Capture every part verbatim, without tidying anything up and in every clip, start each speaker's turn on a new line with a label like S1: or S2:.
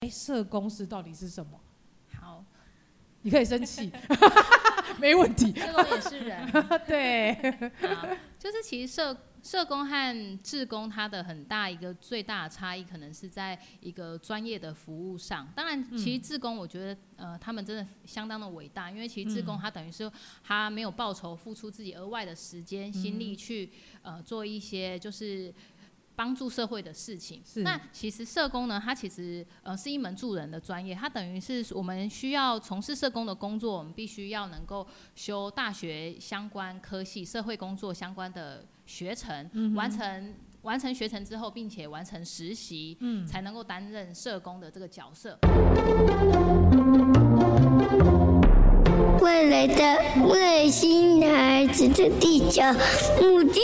S1: 哎，社工师到底是什么？
S2: 好，
S1: 你可以生气，没问题。
S2: 社工也是人，
S1: 对，
S2: 好，就是其实社社工和志工它的很大一个最大的差异，可能是在一个专业的服务上。当然，其实志工我觉得，呃，他们真的相当的伟大，因为其实志工他等于是他没有报酬，付出自己额外的时间、心力去呃做一些就是帮助社会的事情。那其实社工呢，它其实呃是一门助人的专业，它等于是我们需要从事社工的工作，我们必须要能够修大学相关科系、社会工作相关的学程，嗯、完成完成学程之后，并且完成实习，嗯、才能够担任社工的这个角色。
S3: 未来的外星孩子的地球母地。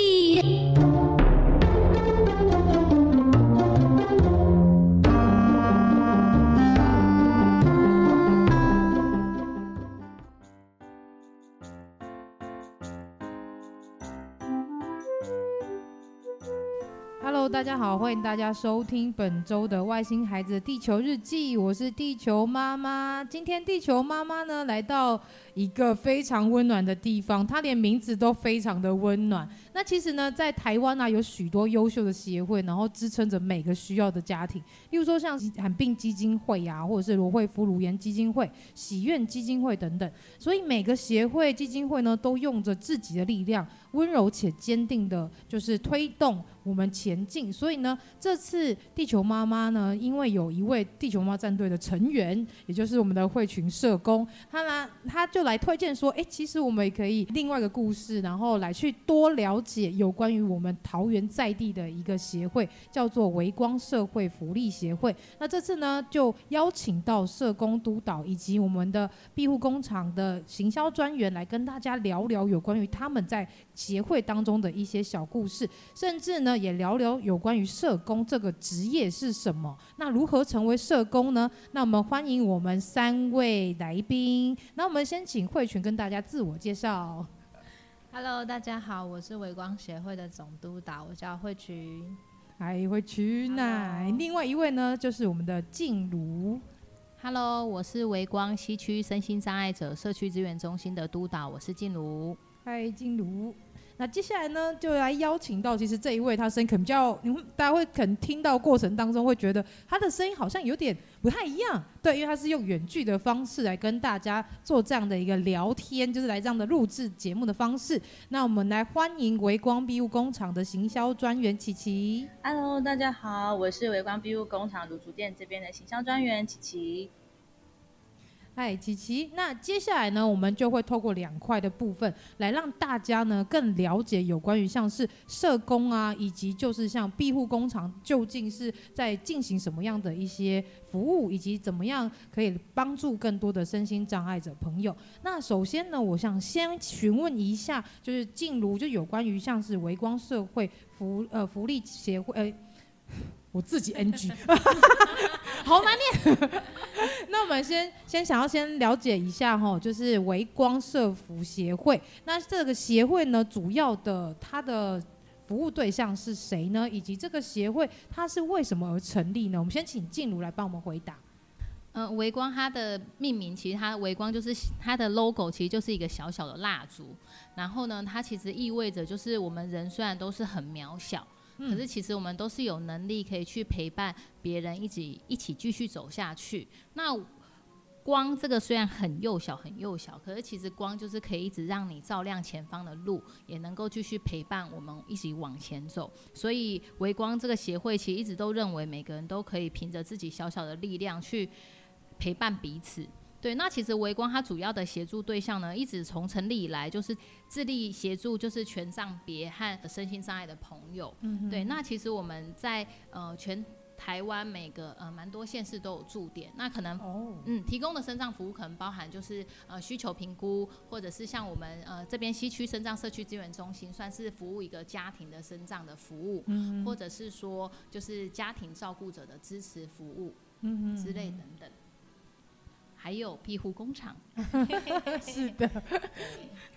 S1: Hello， 大家好，欢迎大家收听本周的外星孩子的地球日记，我是地球妈妈。今天地球妈妈呢来到一个非常温暖的地方，它连名字都非常的温暖。那其实呢，在台湾啊有许多优秀的协会，然后支撑着每个需要的家庭，例如说像罕病基金会啊，或者是罗慧夫乳研基金会、喜愿基金会等等。所以每个协会、基金会呢，都用着自己的力量，温柔且坚定的，就是推动我们前进。所以呢，这次地球妈妈呢，因为有一位地球妈妈战队的成员，也就是我们的慧群社工，他呢，他就来推荐说，哎，其实我们也可以另外一个故事，然后来去多了解有关于我们桃园在地的一个协会，叫做微光社会福利协会。那这次呢，就邀请到社工督导以及我们的庇护工厂的行销专员来跟大家聊聊有关于他们在协会当中的一些小故事，甚至呢也聊聊有关于社工这个职业是什么，那如何成为社工呢？那我们欢迎我们三位来宾。那我们先请慧群跟大家自我介绍。
S4: Hello， 大家好，我是微光协会的总督导，我叫慧群。
S1: 嗨，慧群。那另外一位呢，就是我们的静茹。
S2: Hello， 我是微光西区身心障碍者社区资源中心的督导，我是静茹。
S1: 嗨，静茹。那接下来呢，就来邀请到，其实这一位他声音可能比较，你们大家会可能听到过程当中会觉得他的声音好像有点不太一样，对，因为他是用远距的方式来跟大家做这样的一个聊天，就是来这样的录制节目的方式。那我们来欢迎微光庇护工厂的行销专员琪琪。
S5: Hello， 大家好，我是微光庇护工厂芦竹店这边的行销专员琪琪。
S1: 嗨，琪琪。那接下来呢，我们就会透过两块的部分来让大家呢更了解有关于像是社工啊，以及就是像庇护工厂究竟是在进行什么样的一些服务，以及怎么样可以帮助更多的身心障碍者朋友。那首先呢，我想先询问一下，就是静茹，就有关于像是微光社会福呃福利协会，呃，我自己 N G， 好难念。那我们先先想要先了解一下哈，就是微光社福协会。那这个协会呢，主要的它的服务对象是谁呢？以及这个协会它是为什么而成立呢？我们先请静茹来帮我们回答。
S2: 呃，微光它的命名，其实它微光就是它的 logo， 其实就是一个小小的蜡烛。然后呢，它其实意味着就是我们人虽然都是很渺小。可是其实我们都是有能力可以去陪伴别人一起一起继续走下去。那光这个虽然很幼小很幼小，可是其实光就是可以一直让你照亮前方的路，也能够继续陪伴我们一起往前走。所以微光这个协会其实一直都认为每个人都可以凭着自己小小的力量去陪伴彼此。对，那其实微光它主要的协助对象呢，一直从成立以来就是致力协助就是全障别和身心障碍的朋友。嗯、对，那其实我们在呃全台湾每个呃蛮多县市都有驻点，那可能、哦、嗯提供的身障服务可能包含就是呃需求评估，或者是像我们呃这边西区身障社区资源中心算是服务一个家庭的身障的服务，嗯、或者是说就是家庭照顾者的支持服务、嗯、之类等等。还有庇护工厂。
S1: 是的。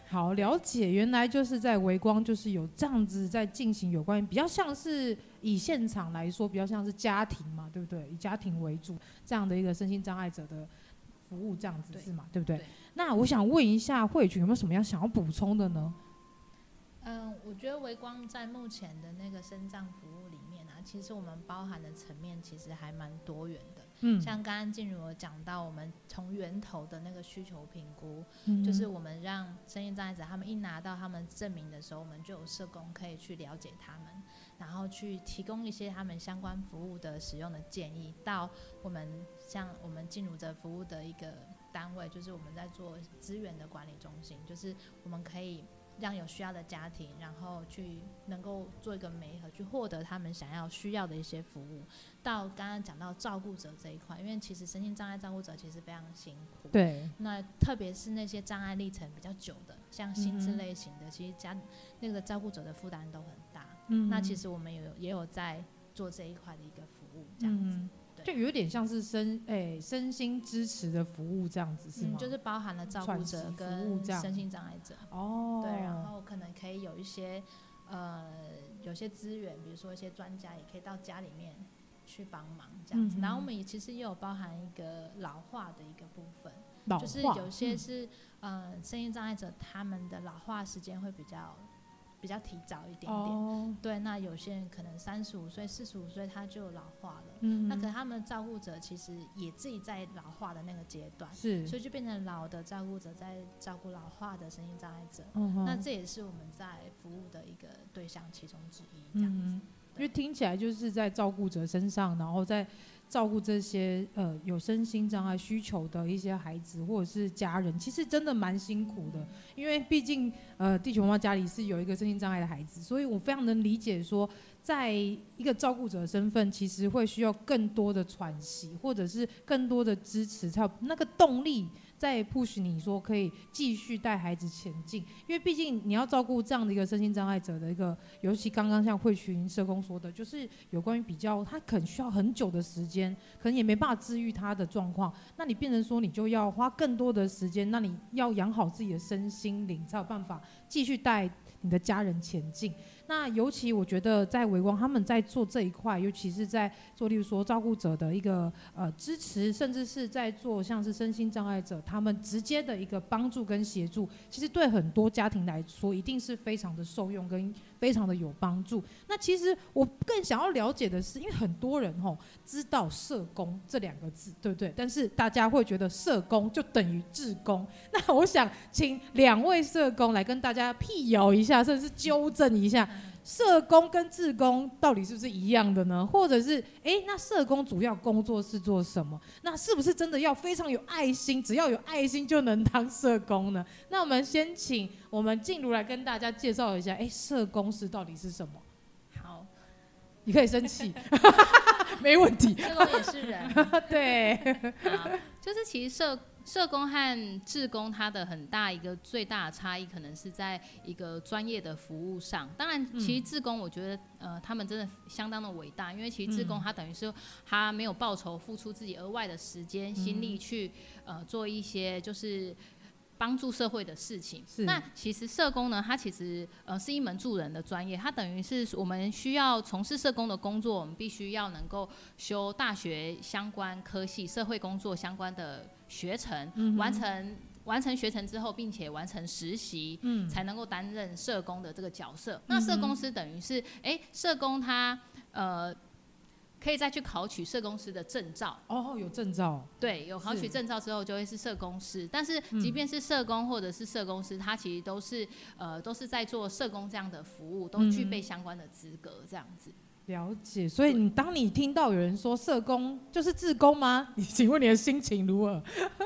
S1: 好，了解，原来就是在微光就是有这样子在进行有关于比较像是以现场来说比较像是家庭嘛，对不对？以家庭为主这样的一个身心障碍者的服务这样子是嘛，对不对？
S2: 对。
S1: 那我想问一下慧群有没有什么要想要补充的呢？
S4: 嗯，我觉得微光在目前的那个身障服务里面啊，其实我们包含的层面其实还蛮多元的。嗯，像刚刚静茹有讲到，我们从源头的那个需求评估，嗯、就是我们让身心障碍者他们一拿到他们证明的时候，我们就有社工可以去了解他们，然后去提供一些他们相关服务的使用的建议。到我们像我们静茹的服务的一个单位，就是我们在做资源的管理中心，就是我们可以让有需要的家庭，然后去能够做一个媒合，去获得他们想要需要的一些服务。到刚刚讲到照顾者这一块，因为其实身心障碍照顾者其实非常辛苦，
S1: 对，
S4: 那特别是那些障碍历程比较久的，像心智类型的，嗯、其实家那个照顾者的负担都很大。嗯，那其实我们有也有在做这一块的一个服务，这样子。嗯，
S1: 就有点像是身诶、欸、身心支持的服务这样子是吗？
S4: 嗯，就是包含了照顾者跟身心障碍者。哦，对，然后可能可以有一些呃有些资源，比如说一些专家也可以到家里面去帮忙这样子。嗯、然后我们也其实也有包含一个老化的一个部分，就是有些是、嗯、呃身心障碍者他们的老化时间会比较。比较提早一点点，哦、对，那有些人可能三十五岁、四十五岁他就老化了，嗯、那可能他们的照顾者其实也自己在老化的那个阶段，是，所以就变成老的照顾者在照顾老化的身心障碍者，嗯、那这也是我们在服务的一个对象其中之一，这样子。嗯、
S1: 因为听起来就是在照顾者身上，然后在照顾这些呃有身心障碍需求的一些孩子或者是家人，其实真的蛮辛苦的。因为毕竟呃地球妈妈家里是有一个身心障碍的孩子，所以我非常能理解说，在一个照顾者的身份，其实会需要更多的喘息，或者是更多的支持，才有那个动力在 push 你说可以继续带孩子前进。因为毕竟你要照顾这样的一个身心障碍者的一个，尤其刚刚像慧群社工说的，就是有关于比较他可能需要很久的时间，可能也没办法治愈他的状况，那你变成说你就要花更多的时间，那你要养好自己的身心灵，才有办法继续带你的家人前进。那尤其我觉得在微光他们在做这一块，尤其是在做例如说照顾者的一个呃支持，甚至是在做像是身心障碍者他们直接的一个帮助跟协助，其实对很多家庭来说一定是非常的受用跟非常的有帮助。那其实我更想要了解的是，因为很多人吼知道社工这两个字，对不对？但是大家会觉得社工就等于志工。那我想请两位社工来跟大家辟谣一下，甚至是纠正一下，社工跟志工到底是不是一样的呢？或者是哎，那社工主要工作是做什么？那是不是真的要非常有爱心，只要有爱心就能当社工呢？那我们先请我们静茹来跟大家介绍一下，哎，社工是到底是什么？
S2: 好，
S1: 你可以生气，没问题。
S4: 社工也是人，
S1: 对，
S2: 好，就是其实社。社工和志工，它的很大一个最大的差异，可能是在一个专业的服务上。当然，其实志工我觉得，呃，他们真的相当的伟大，因为其实志工他等于是他没有报酬，付出自己额外的时间、心力去呃做一些就是帮助社会的事情。那其实社工呢，它其实呃是一门助人的专业，它等于是我们需要从事社工的工作，我们必须要能够修大学相关科系、社会工作相关的学程，嗯、完成完成学程之后，并且完成实习，嗯、才能够担任社工的这个角色。嗯、那社工师等于是，哎，社工他呃。可以再去考取社工师的证照
S1: 哦，有证照，
S2: 对，有考取证照之后就会是社工师。但是即便是社工或者是社工师，他其实都是呃都是在做社工这样的服务，都具备相关的资格这样子。
S1: 了解，所以你当你听到有人说社工就是志工吗？你请问你的心情如何？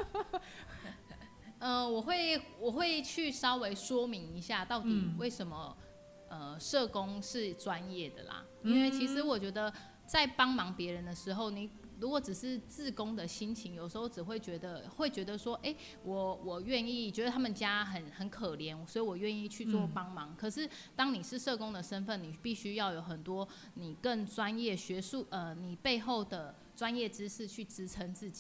S2: 呃，我会我会去稍微说明一下，到底为什么、嗯、呃社工是专业的啦，因为其实我觉得。在帮忙别人的时候，你如果只是志工的心情，有时候只会觉得会觉得说，哎、欸，我我愿意，觉得他们家很很可怜，所以我愿意去做帮忙。嗯、可是当你是社工的身份，你必须要有很多你更专业学术呃，你背后的专业知识去支撑自己，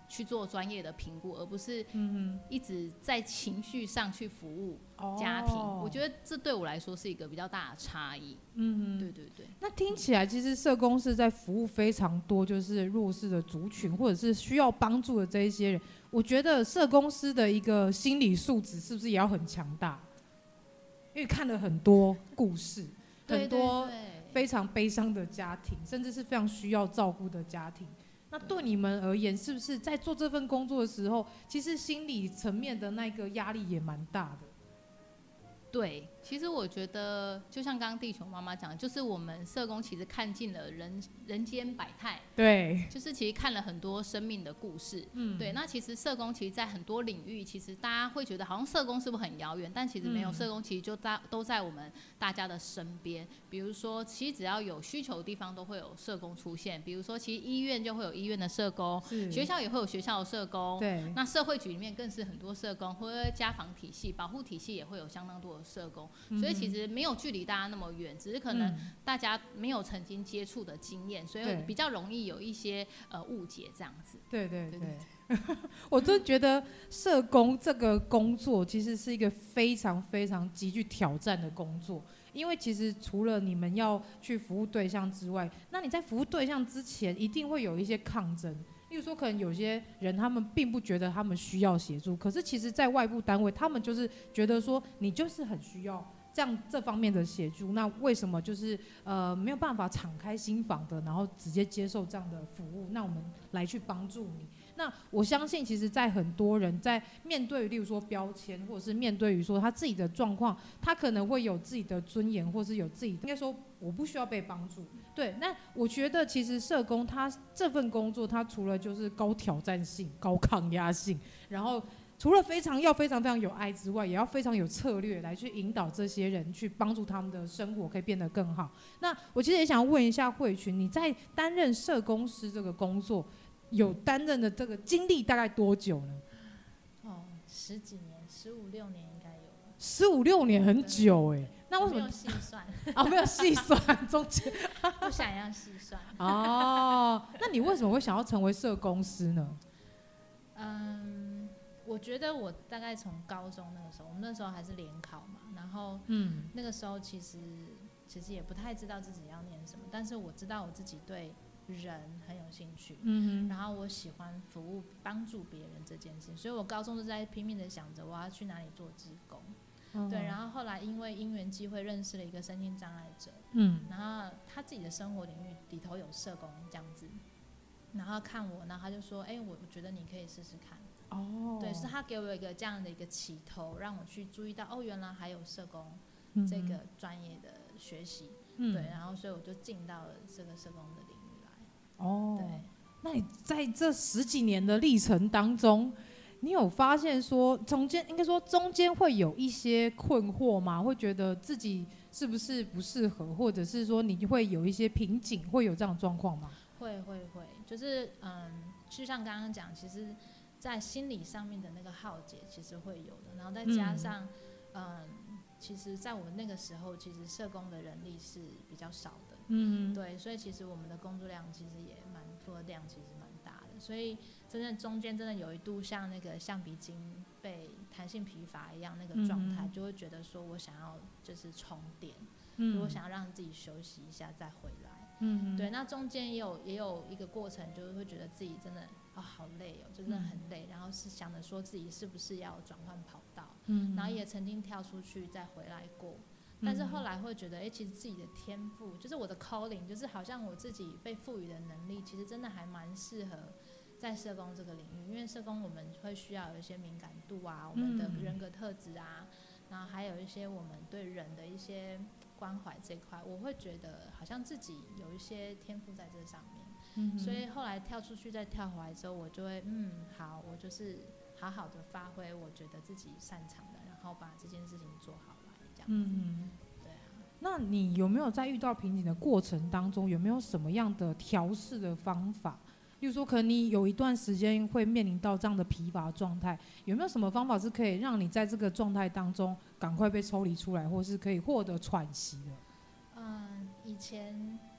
S2: 去做专业的评估，而不是一直在情绪上去服务家庭。哦、我觉得这对我来说是一个比较大的差异。嗯，对对对。
S1: 那听起来其实社工是在服务非常多就是弱势的族群，或者是需要帮助的这一些人。我觉得社工师的一个心理素质是不是也要很强大？因为看了很多故事，很多非常悲伤的家庭，甚至是非常需要照顾的家庭。那对你们而言，是不是在做这份工作的时候，其实心理层面的那个压力也蛮大的？
S2: 对，其实我觉得就像刚刚地球妈妈讲的，就是我们社工其实看尽了人人间百态，
S1: 对，
S2: 就是其实看了很多生命的故事，嗯，对。那其实社工其实在很多领域，其实大家会觉得好像社工是不是很遥远？但其实没有，嗯、社工其实就大都在我们大家的身边。比如说，其实只要有需求的地方都会有社工出现。比如说，其实医院就会有医院的社工，学校也会有学校的社工，对。那社会局里面更是很多社工，或者家访体系、保护体系也会有相当多的社工，所以其实没有距离大家那么远，只是可能大家没有曾经接触的经验，所以比较容易有一些呃误解这样子。
S1: 对对 对, 对, 对我真觉得社工这个工作其实是一个非常非常极具挑战的工作，因为其实除了你们要去服务对象之外，那你在服务对象之前一定会有一些抗争。例如说，可能有些人他们并不觉得他们需要协助，可是其实在外部单位，他们就是觉得说你就是很需要这样这方面的协助，那为什么就是呃没有办法敞开心房的，然后直接接受这样的服务？那我们来去帮助你。那我相信，其实，在很多人在面对，例如说标签，或者是面对于说他自己的状况，他可能会有自己的尊严，或是有自己的，应该说我不需要被帮助。对，那我觉得其实社工他这份工作，他除了就是高挑战性、高抗压性，然后除了非常要非常非常有爱之外，也要非常有策略来去引导这些人，去帮助他们的生活可以变得更好。那我其实也想问一下慧群，你在担任社工师这个工作，有担任的这个经历大概多久呢？
S4: 哦，十几年，十五六年应该有了。
S1: 十五六年很久哎、欸，那为什么
S4: 没有细算？
S1: 啊、哦，没有细算，中间
S4: 不想要细算。
S1: 哦，那你为什么会想要成为社工师呢？
S4: 嗯，我觉得我大概从高中那个时候，我们那时候还是联考嘛，然后嗯，那个时候其实其实也不太知道自己要念什么，但是我知道我自己对人很有兴趣，嗯，然后我喜欢服务帮助别人这件事情，所以我高中就在拼命的想着我要去哪里做志工，嗯，对，然后后来因为因缘机会认识了一个身心障碍者，嗯，然后他自己的生活领域里头有社工这样子，然后看我，然后他就说，哎、欸，我觉得你可以试试看，哦，对，是他给我一个这样的一个起头，让我去注意到，哦，原来还有社工这个专业的学习，嗯，对，然后所以我就进到了这个社工的领域。
S1: 哦，对，那你在这十几年的历程当中，你有发现说中间应该说中间会有一些困惑吗？会觉得自己是不是不适合，或者是说你会有一些瓶颈，会有这样的状况吗？
S4: 会会会，就是嗯，就像刚刚讲，其实，在心理上面的那个浩劫其实会有的，然后再加上嗯。嗯其实在我们那个时候，其实社工的人力是比较少的，嗯，对，所以其实我们的工作量其实也蛮负荷量其实蛮大的，所以真的中间真的有一度像那个橡皮筋被弹性疲乏一样那个状态，嗯，就会觉得说我想要就是充电，嗯，我想要让自己休息一下再回来，嗯，对，那中间也有也有一个过程，就是会觉得自己真的哦好累哦，就真的很累，嗯，然后是想着说自己是不是要转换跑道，嗯，然后也曾经跳出去再回来过，但是后来会觉得，哎、欸，其实自己的天赋，就是我的 calling， 就是好像我自己被赋予的能力，其实真的还蛮适合在社工这个领域，因为社工我们会需要有一些敏感度啊，我们的人格特质啊，然后还有一些我们对人的一些关怀这块，我会觉得好像自己有一些天赋在这上面。嗯，所以后来跳出去再跳回来之后，我就会嗯好，我就是好好的发挥我觉得自己擅长的，然后把这件事情做好来，这样子。嗯，对啊。
S1: 那你有没有在遇到瓶颈的过程当中，有没有什么样的调适的方法？例如说，可能你有一段时间会面临到这样的疲乏状态，有没有什么方法是可以让你在这个状态当中赶快被抽离出来，或是可以获得喘息的？
S4: 嗯，以前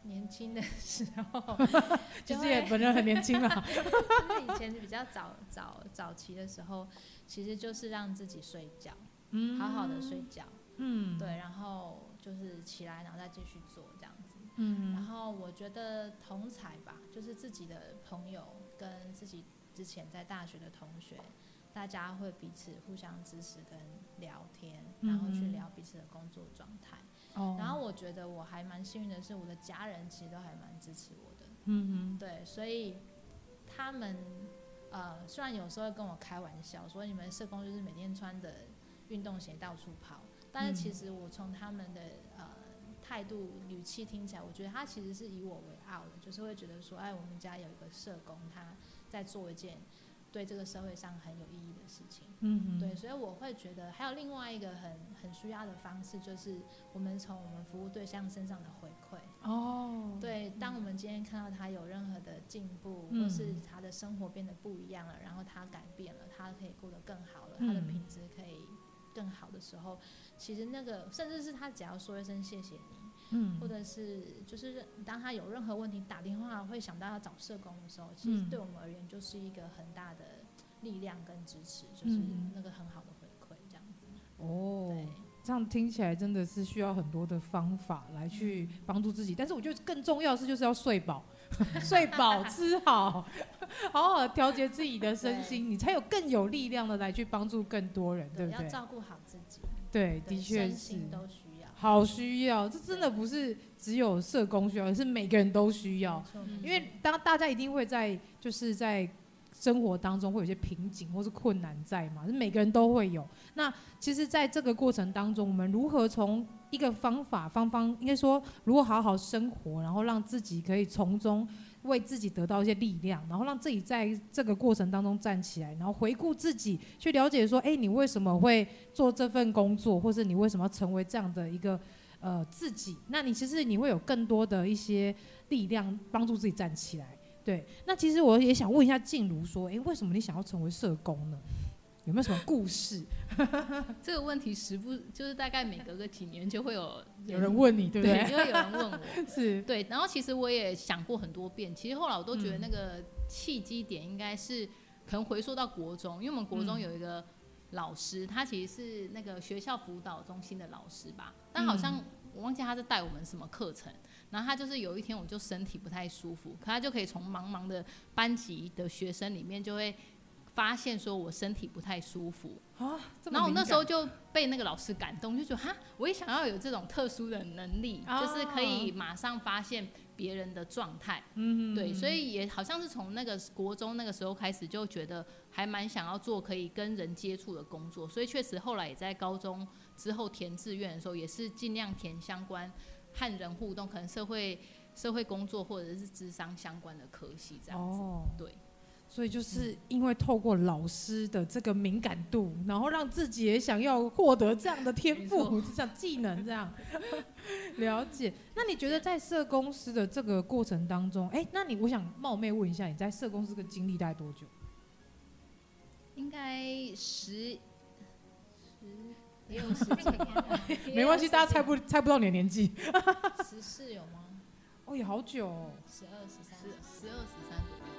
S4: 年轻的时候，
S1: 其实也本人很年轻啊。
S4: 就是以前比较早早早期的时候，其实就是让自己睡觉，嗯、好好的睡觉，嗯，对，然后就是起来，然后再继续做这样子。嗯，然后我觉得同才吧，就是自己的朋友跟自己之前在大学的同学，大家会彼此互相支持跟聊天，然后去聊彼此的工作状态。嗯、然后我觉得我还蛮幸运的是，我的家人其实都还蛮支持我的。嗯对，所以他们呃虽然有时候会跟我开玩笑说你们社工就是每天穿着运动鞋到处跑，但是其实我从他们的呃态度语气听起来，我觉得他其实是以我为傲的，就是会觉得说，哎，我们家有一个社工，他在做一件对这个社会上很有意义的事情。嗯，对，所以我会觉得还有另外一个很很需要的方式，就是我们从我们服务对象身上的回馈。哦，对，当我们今天看到他有任何的进步，嗯、或是他的生活变得不一样了，然后他改变了，他可以过得更好了，嗯、他的品质可以更好的时候，其实那个甚至是他只要说一声谢谢你，嗯，或者是就是当他有任何问题打电话会想到要找社工的时候，其实对我们而言就是一个很大的力量跟支持，就是那个很好的回馈这样子。哦，对，
S1: 这样听起来真的是需要很多的方法来去帮助自己，但是我觉得更重要的是就是要睡饱。睡饱吃好，好好的调节自己的身心，你才有更有力量的来去帮助更多人， 对, 对不对？
S4: 要照顾好自己。
S1: 对，的确是，
S4: 身心都需要，
S1: 好需要。这真的不是只有社工需要，而是每个人都需要。因为当大家一定会在就是在生活当中会有些瓶颈或是困难在嘛，是每个人都会有。那其实在这个过程当中，我们如何从一个方法方方应该说如何好好生活，然后让自己可以从中为自己得到一些力量，然后让自己在这个过程当中站起来，然后回顾自己，去了解说，哎，你为什么会做这份工作，或是你为什么要成为这样的一个呃自己？那你其实你会有更多的一些力量帮助自己站起来。对，那其实我也想问一下静茹说，哎，为什么你想要成为社工呢？有没有什么故事？
S2: 这个问题时不就是大概每隔个几年就会有
S1: 有人问你，对不对？
S2: 对，就会有人问我。
S1: 是，
S2: 对。然后其实我也想过很多遍，其实后来我都觉得那个契机点应该是可能回溯到国中，因为我们国中有一个老师，他其实是那个学校辅导中心的老师吧，但好像我忘记他是带我们什么课程。然后他就是有一天我就身体不太舒服，可他就可以从茫茫的班级的学生里面就会发现说我身体不太舒服啊，然后我那时候就被那个老师感动，就觉得哈，我也想要有这种特殊的能力，啊、就是可以马上发现别人的状态。嗯，对，所以也好像是从那个国中那个时候开始就觉得还蛮想要做可以跟人接触的工作，所以确实后来也在高中之后填志愿的时候也是尽量填相关和人互动，可能社会社会工作或者是諮商相关的科系这样子。哦，对。
S1: 所以就是因为透过老师的这个敏感度，然后让自己也想要获得这样的天赋、这样技能，这样了解。那你觉得在社工师的这个过程当中，哎，那你我想冒昧问一下，你在社工师的经历大概多久？
S2: 应该十十也有十几年，
S1: 没关系，大家猜不猜不到你的年纪。
S4: 十四有吗？
S1: 哦，也好久哦。
S4: 十二、十三、
S2: 十二、十三左右。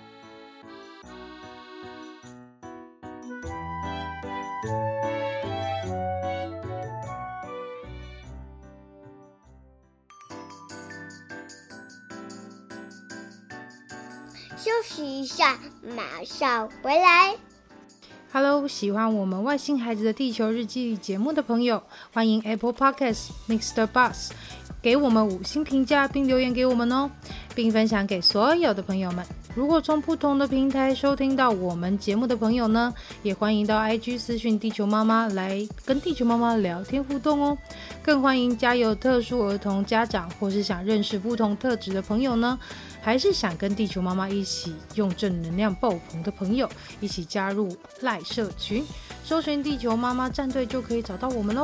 S3: 休息一下，马上回来。
S1: Hello， 喜欢我们外星孩子的地球日记节目的朋友，欢迎 Apple Podcast、Mixer Bus 给我们五星评价，并留言给我们哦，并分享给所有的朋友们。如果从不同的平台收听到我们节目的朋友呢，也欢迎到 I G 私讯地球妈妈来跟地球妈妈聊天互动哦。更欢迎家有特殊儿童家长或是想认识不同特质的朋友呢，还是想跟地球妈妈一起用正能量爆棚的朋友，一起加入赖社群，搜寻地球妈妈战队就可以找到我们咯。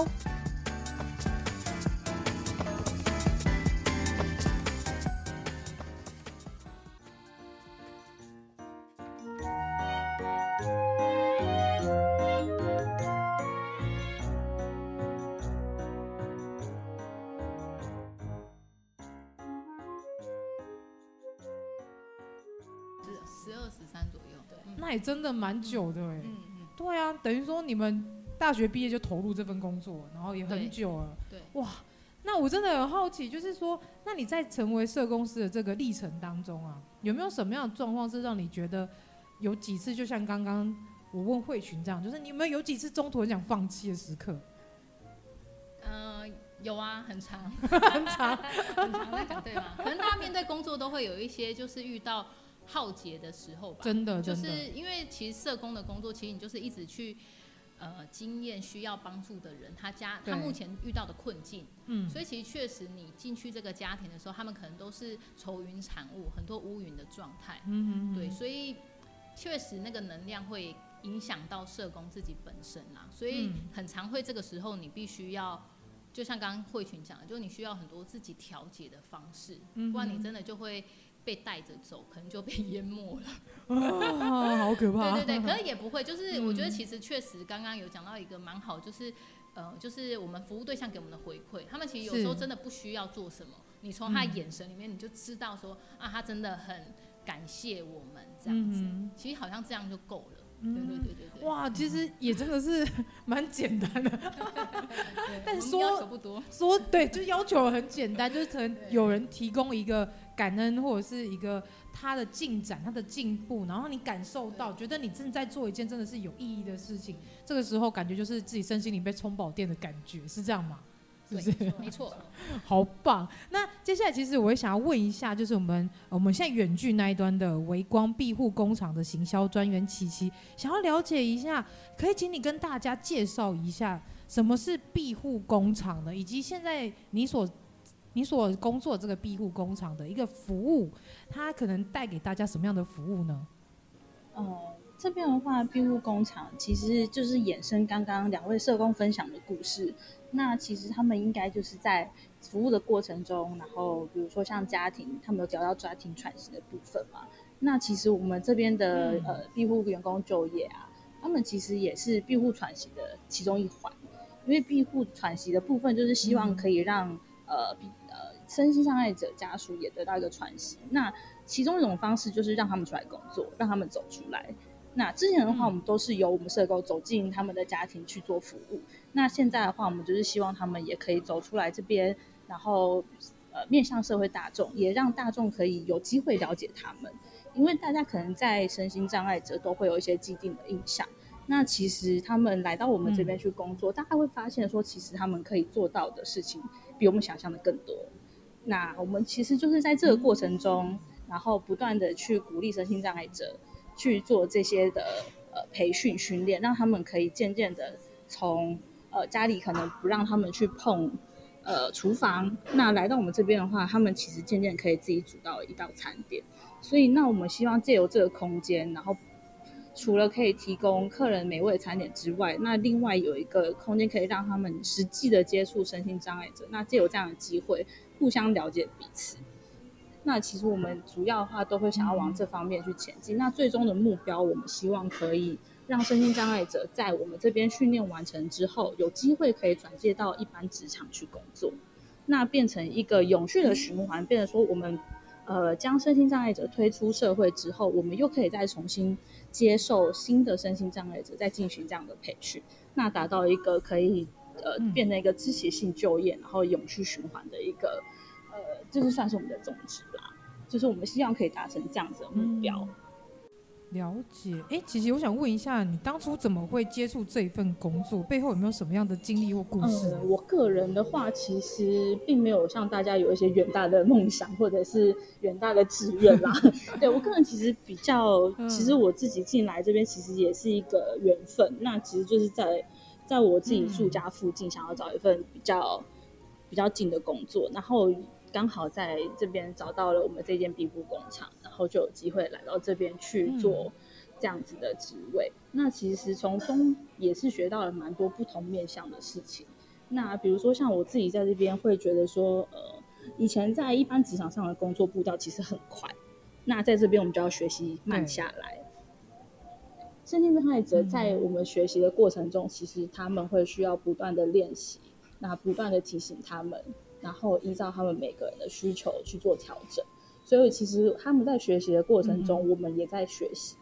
S2: 三左右。
S1: 对，那也真的蛮久的哎、
S2: 嗯嗯，
S1: 对啊，等于说你们大学毕业就投入这份工作，然后也很久了。
S2: 对，
S1: 哇，那我真的很好奇，就是说，那你在成为社工师的这个历程当中啊，有没有什么样的状况是让你觉得有几次，就像刚刚我问慧群这样，就是你们有几次中途很想放弃的时刻？
S2: 嗯、呃，有啊，很长，
S1: 很长，
S2: 很长在讲对吗？可能大家面对工作都会有一些就是遇到浩劫的时候吧。
S1: 真的，
S2: 就
S1: 真的，
S2: 是因为其实社工的工作，其实你就是一直去。呃，经验需要帮助的人，他家他目前遇到的困境，嗯，所以其实确实你进去这个家庭的时候，他们可能都是愁云惨雾，很多乌云的状态，嗯，对，所以确实那个能量会影响到社工自己本身啦，所以很常会这个时候你必须要，就像刚刚慧群讲的，就你需要很多自己调节的方式，嗯，不然你真的就会被带着走，可能就被淹没了。
S1: 哦，好可怕！
S2: 对对对，可是也不会，就是我觉得其实确实刚刚有讲到一个蛮好，就是呃，就是我们服务对象给我们的回馈，他们其实有时候真的不需要做什么，你从他眼神里面你就知道说啊，他真的很感谢我们这样子，嗯，其实好像这样就够了。对对对对对，
S1: 哇，其实也真的是蛮简单的，但说
S2: 要求不多，
S1: 说对，就要求很简单，就是可能有人提供一个感恩或者是一个他的进展、他的进步，然后你感受到，觉得你正在做一件真的是有意义的事情，这个时候感觉就是自己身心灵被充饱电的感觉，是这样吗？是不是？
S2: 没错，
S1: 好棒。那接下来其实我也想要问一下，就是我们我们现在远距那一端的微光庇护工厂的行销专员琪琪，想要了解一下，可以请你跟大家介绍一下什么是庇护工厂呢？以及现在你所你所工作的这个庇护工厂的一个服务，它可能带给大家什么样的服务呢？
S5: 呃，这边的话，庇护工厂其实就是衍生刚刚两位社工分享的故事。那其实他们应该就是在服务的过程中，然后比如说像家庭，他们有聊到家庭喘息的部分嘛。那其实我们这边的、嗯、呃庇护员工就业啊，他们其实也是庇护喘息的其中一环。因为庇护喘息的部分，就是希望可以让、嗯、呃呃身心障碍者家属也得到一个喘息。那其中一种方式就是让他们出来工作，让他们走出来。那之前的话，我们都是由我们社工走进他们的家庭去做服务。那现在的话，我们就是希望他们也可以走出来这边，然后呃面向社会大众，也让大众可以有机会了解他们。因为大家可能在身心障碍者都会有一些既定的印象。那其实他们来到我们这边去工作，嗯、大家会发现说，其实他们可以做到的事情比我们想象的更多。那我们其实就是在这个过程中，嗯、然后不断的去鼓励身心障碍者。去做这些的呃培训训练，让他们可以渐渐的从呃家里可能不让他们去碰呃厨房，那来到我们这边的话，他们其实渐渐可以自己煮到一道餐点。所以那我们希望借由这个空间，然后除了可以提供客人美味的餐点之外，那另外有一个空间可以让他们实际的接触身心障碍者，那借由这样的机会互相了解彼此。那其实我们主要的话都会想要往这方面去前进。那最终的目标，我们希望可以让身心障碍者在我们这边训练完成之后，有机会可以转接到一般职场去工作，那变成一个永续的循环，变成说我们呃将身心障碍者推出社会之后，我们又可以再重新接受新的身心障碍者，再进行这样的培训，那达到一个可以呃变成一个支持性就业，然后永续循环的一个。呃，就是算是我们的宗旨啦，就是我们希望可以达成这样子的目标。
S1: 嗯、了解，哎，琪琪，我想问一下，你当初怎么会接触这一份工作？背后有没有什么样的经历或故事？
S5: 嗯，我个人的话，其实并没有像大家有一些远大的梦想或者是远大的志愿啦。对，我个人其实比较，其实我自己进来这边其实也是一个缘分。那其实就是在在我自己住家附近，想要找一份比较比较近的工作，然后。刚好在这边找到了我们这间庇护工厂，然后就有机会来到这边去做这样子的职位。嗯、那其实从中也是学到了蛮多不同面向的事情。那比如说像我自己在这边会觉得说，呃，以前在一般职场上的工作步调其实很快，那在这边我们就要学习慢下来。身心障碍者在我们学习的过程中，嗯、其实他们会需要不断的练习，那不断的提醒他们。然后依照他们每个人的需求去做调整，所以其实他们在学习的过程中，嗯、我们也在学习。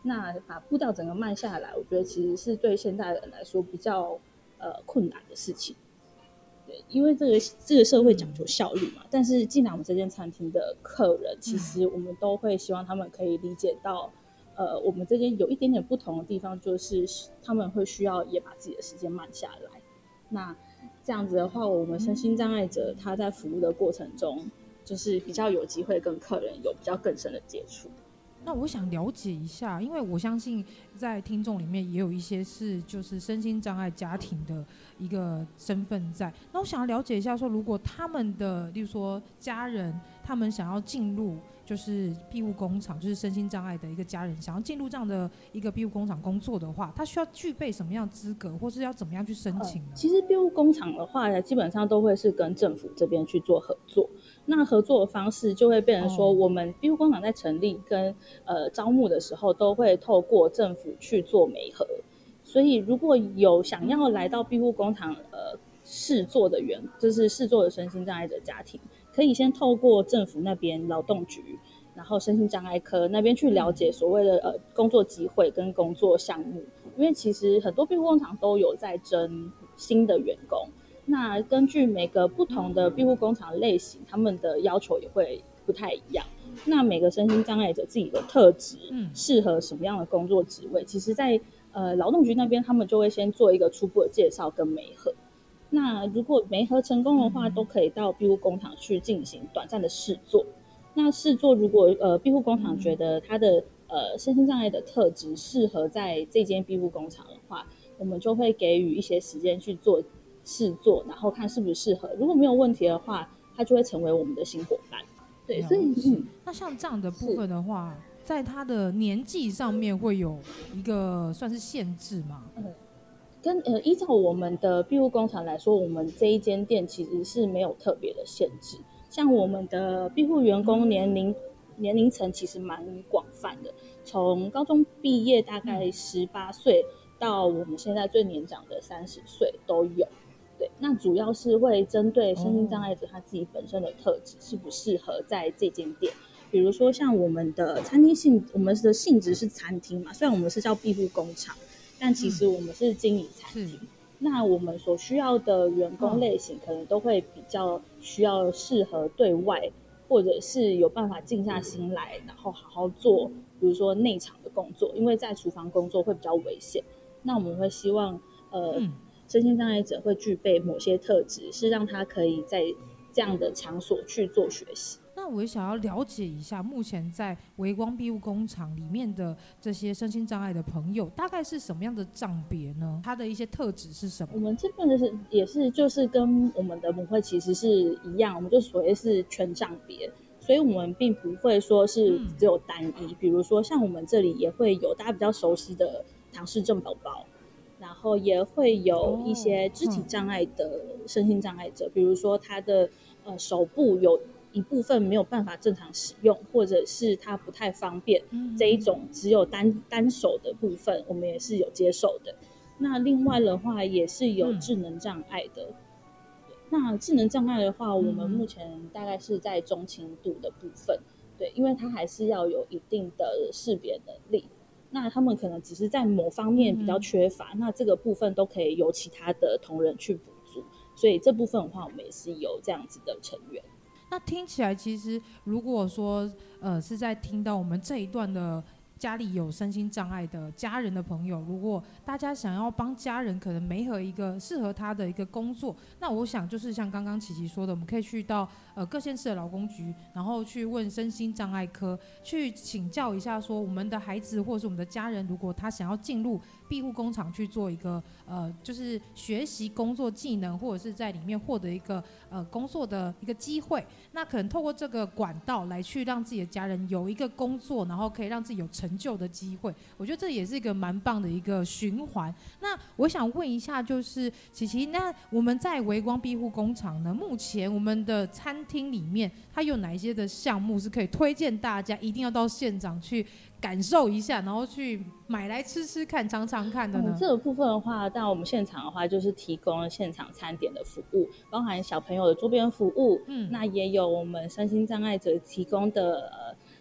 S5: 那把步调整个慢下来，我觉得其实是对现代人来说比较呃困难的事情。对，因为这个这个社会讲究效率嘛，但是进来我们这间餐厅的客人，其实我们都会希望他们可以理解到，呃，我们这间有一点点不同的地方，就是他们会需要也把自己的时间慢下来。那这样子的话，我们身心障碍者他在服务的过程中，就是比较有机会跟客人有比较更深的接触。
S1: 那我想了解一下，因为我相信在听众里面也有一些是就是身心障碍家庭的一个身份在。那我想要了解一下说，如果他们的例如说家人他们想要进入就是庇护工厂，就是身心障碍的一个家人想要进入这样的一个庇护工厂工作的话，他需要具备什么样的资格，或是要怎么样去申请呢？
S5: 呃、其实庇护工厂的话基本上都会是跟政府这边去做合作，那合作的方式就会变成说，我们庇护工厂在成立跟呃招募的时候都会透过政府去做媒合，所以如果有想要来到庇护工厂呃试做的员，就是试做的身心障碍者家庭，可以先透过政府那边劳动局，然后身心障碍科那边去了解所谓的呃工作机会跟工作项目，因为其实很多庇护工厂都有在征新的员工，那根据每个不同的庇护工厂类型，他们的要求也会不太一样。那每个身心障碍者自己的特质，适合什么样的工作职位，其实在呃劳动局那边，他们就会先做一个初步的介绍跟媒合。那如果媒合成功的话，都可以到庇护工厂去进行短暂的试做。那试做如果呃庇护工厂觉得他的呃身心障碍的特质适合在这间庇护工厂的话，我们就会给予一些时间去做试做，然后看是不是适合。如果没有问题的话，他就会成为我们的新伙伴。对，所以
S1: 嗯，那像这样的部分的话，在他的年纪上面会有一个算是限制吗？
S5: 嗯，跟呃依照我们的庇护工厂来说，我们这一间店其实是没有特别的限制。像我们的庇护员工年龄、嗯、年龄层其实蛮广泛的，从高中毕业大概十八岁到我们现在最年长的三十岁都有。对，那主要是会针对身心障碍者他自己本身的特质适不适合在这间店。比如说像我们的餐厅性，我们的性质是餐厅嘛，虽然我们是叫庇护工厂，但其实我们是经营餐厅。嗯，那我们所需要的员工类型可能都会比较需要适合对外，或者是有办法静下心来，然后好好做，比如说内场的工作，因为在厨房工作会比较危险。那我们会希望呃。嗯身心障碍者会具备某些特质，是让他可以在这样的场所去做学习。
S1: 那我也想要了解一下，目前在微光庇护工厂里面的这些身心障碍的朋友，大概是什么样的障别呢？他的一些特质是什么？
S5: 我们这边的是也是就是跟我们的母会其实是一样，我们就所谓是全障别，所以我们并不会说是只有单一。嗯、比如说像我们这里也会有大家比较熟悉的唐氏症宝宝。然后也会有一些肢体障碍的身心障碍者，哦嗯、比如说他的呃手部有一部分没有办法正常使用，或者是他不太方便，嗯、这一种只有单单手的部分，我们也是有接受的。那另外的话，也是有智能障碍的。嗯、那智能障碍的话，我们目前大概是在中轻度的部分，对，因为他还是要有一定的识别能力。那他们可能只是在某方面比较缺乏，嗯、那这个部分都可以由其他的同仁去补足，所以这部分的话，我们也是有这样子的成员。
S1: 那听起来，其实如果说呃是在听到我们这一段的家里有身心障碍的家人的朋友，如果大家想要帮家人可能媒合一个适合他的一个工作，那我想就是像刚刚琪琪说的，我们可以去到呃各县市的劳工局，然后去问身心障碍科，去请教一下说我们的孩子或者是我们的家人，如果他想要进入庇护工厂去做一个呃就是学习工作技能，或者是在里面获得一个呃工作的一个机会，那可能透过这个管道来去让自己的家人有一个工作，然后可以让自己有成就的机会，我觉得这也是一个蛮棒的一个循环。那我想问一下，就是琪琪，那我们在微光庇护工厂呢，目前我们的餐厅里面，它有哪一些的项目是可以推荐大家一定要到现场去感受一下，然后去买来吃吃看、尝尝看的呢？
S5: 嗯、这个部分的话，到我们现场的话，就是提供现场餐点的服务，包含小朋友的桌边服务，嗯，那也有我们身心障碍者提供的。呃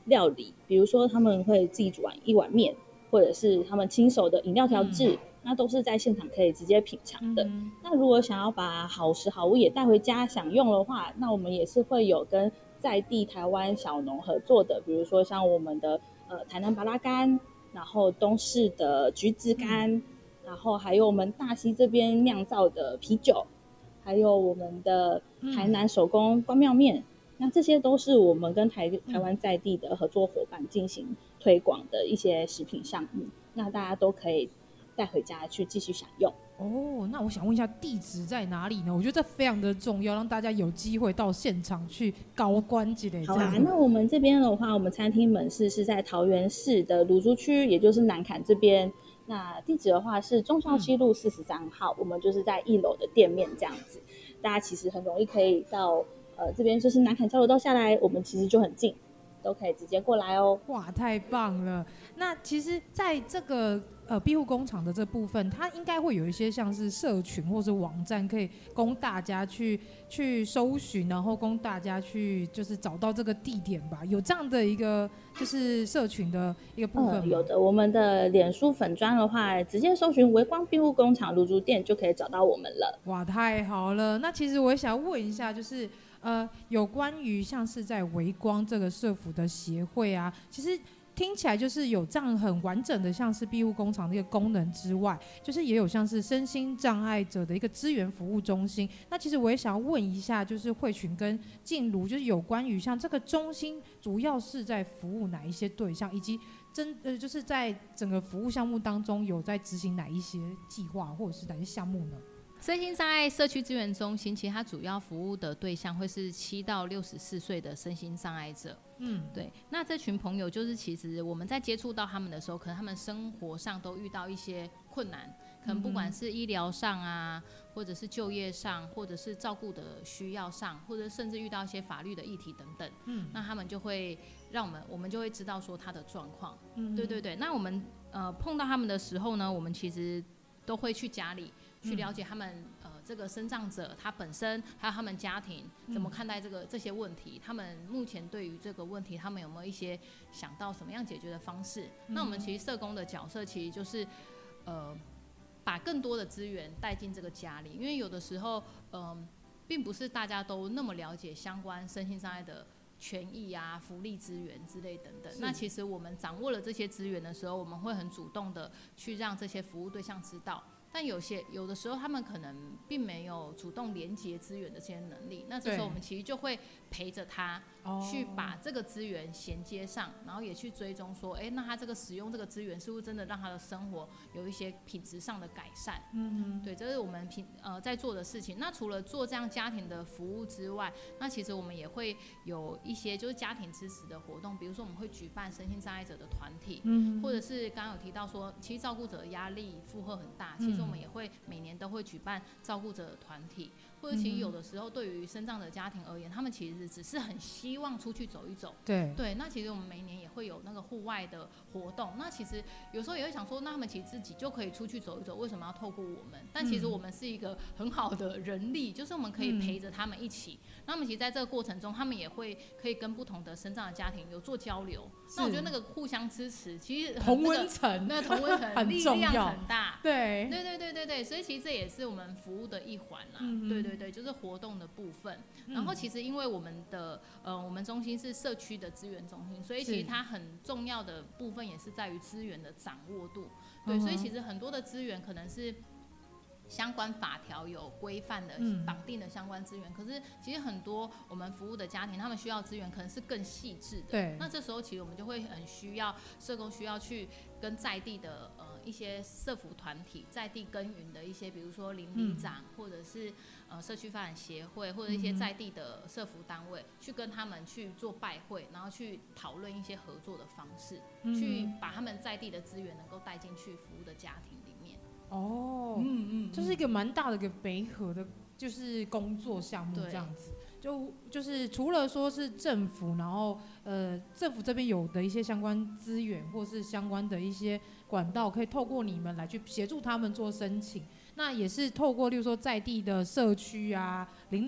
S5: 料理，比如说他们会自己煮完一碗面，或者是他们亲手的饮料调制、嗯，那都是在现场可以直接品尝的、嗯。那如果想要把好食好物也带回家享用的话，那我们也是会有跟在地台湾小农合作的，比如说像我们的呃台南芭乐干，然后东势的橘子干、嗯，然后还有我们大溪这边酿造的啤酒，还有我们的台南手工关庙面、嗯，那这些都是我们跟台台湾在地的合作伙伴进行推广的一些食品项目，那大家都可以带回家去继续享用。
S1: 哦，那我想问一下地址在哪里呢？我觉得这非常的重要，让大家有机会到现场去高观之类。
S5: 好啊，那我们这边的话，我们餐厅门市是在桃园市的芦竹区，也就是南崁这边。那地址的话是忠孝西路四十三号、嗯，我们就是在一楼的店面这样子。大家其实很容易可以到呃这边，就是南崁交流道下来，我们其实就很近，都可以直接过来哦。
S1: 哇，太棒了！那其实在这个呃庇护工厂的这部分，它应该会有一些像是社群或是网站，可以供大家去去搜寻，然后供大家去就是找到这个地点吧？有这样的一个就是社群的一个部分吗？
S5: 嗯，有的。我们的脸书粉专的话，直接搜寻微光庇护工厂芦竹店就可以找到我们了。
S1: 哇，太好了！那其实我也想问一下，就是呃有关于像是在微光这个社福的协会啊，其实听起来就是有这样很完整的像是庇护工厂的一个功能之外，就是也有像是身心障碍者的一个资源服务中心。那其实我也想要问一下，就是慧群跟静茹，就是有关于像这个中心主要是在服务哪一些对象，以及真呃就是在整个服务项目当中有在执行哪一些计划或者是哪些项目呢？
S2: 身心障碍社区资源中心，其实它主要服务的对象会是七到六十四岁的身心障碍者。嗯，对。那这群朋友就是，其实我们在接触到他们的时候，可能他们生活上都遇到一些困难，可能不管是医疗上啊，或者是就业上，或者是照顾的需要上，或者甚至遇到一些法律的议题等等。嗯，那他们就会让我们，我们就会知道说他的状况。嗯，对对对。那我们呃碰到他们的时候呢，我们其实都会去家里。去了解他们、呃、这个身障者他本身还有他们家庭怎么看待这个、嗯、这些问题，他们目前对于这个问题他们有没有一些想到什么样解决的方式、嗯、那我们其实社工的角色其实就是呃把更多的资源带进这个家里，因为有的时候呃并不是大家都那么了解相关身心障碍的权益啊、福利资源之类等等。那其实我们掌握了这些资源的时候，我们会很主动的去让这些服务对象知道。但有些有的时候他们可能并没有主动连接资源的这些能力，那这时候我们其实就会陪着他去把这个资源衔接上，然后也去追踪说，哎，那他这个使用这个资源是不是真的让他的生活有一些品质上的改善？嗯，对，这是我们平呃在做的事情。那除了做这样家庭的服务之外，那其实我们也会有一些就是家庭支持的活动，比如说我们会举办身心障碍者的团体，嗯，或者是刚刚有提到说，其实照顾者的压力负荷很大，其实我们也会每年都会举办照顾者的团体，或者其实有的时候对于身障的家庭而言，他们其实只是很希望出去走一走。
S1: 对
S2: 对，那其实我们每年也会有那个户外的活动。那其实有时候也会想说，那他们其实自己就可以出去走一走，为什么要透过我们？但其实我们是一个很好的人力，就是我们可以陪着他们一起。嗯、那他们其实在这个过程中，他们也会可以跟不同的身障的家庭有做交流。那我觉得那个互相支持，其实、那個、
S1: 同温层，
S2: 那同温层力量很大。
S1: 对
S2: 对对对对对，所以其实这也是我们服务的一环啦。嗯、对对对，就是活动的部分。然后其实因为我们的呃，我们中心是社区的资源中心，所以其实它很重要的部分也是在于资源的掌握度。对，所以其实很多的资源可能是相关法条有规范的、绑定的相关资源、嗯，可是其实很多我们服务的家庭，他们需要资源可能是更细致的。
S1: 对，
S2: 那这时候其实我们就会很需要社工需要去跟在地的呃一些社福团体在地耕耘的一些，比如说邻里长、嗯、或者是呃社区发展协会或者一些在地的社福单位、嗯、去跟他们去做拜会，然后去讨论一些合作的方式、嗯、去把他们在地的资源能够带进去服务的家庭里面。
S1: 哦，嗯嗯，这是一个蛮大的一个媒合的，就是工作项目这样子。就就是除了说是政府，然后呃政府这边有的一些相关资源，或是相关的一些管道，可以透过你们来去协助他们做申请。那也是透过，例如说在地的社区啊、邻里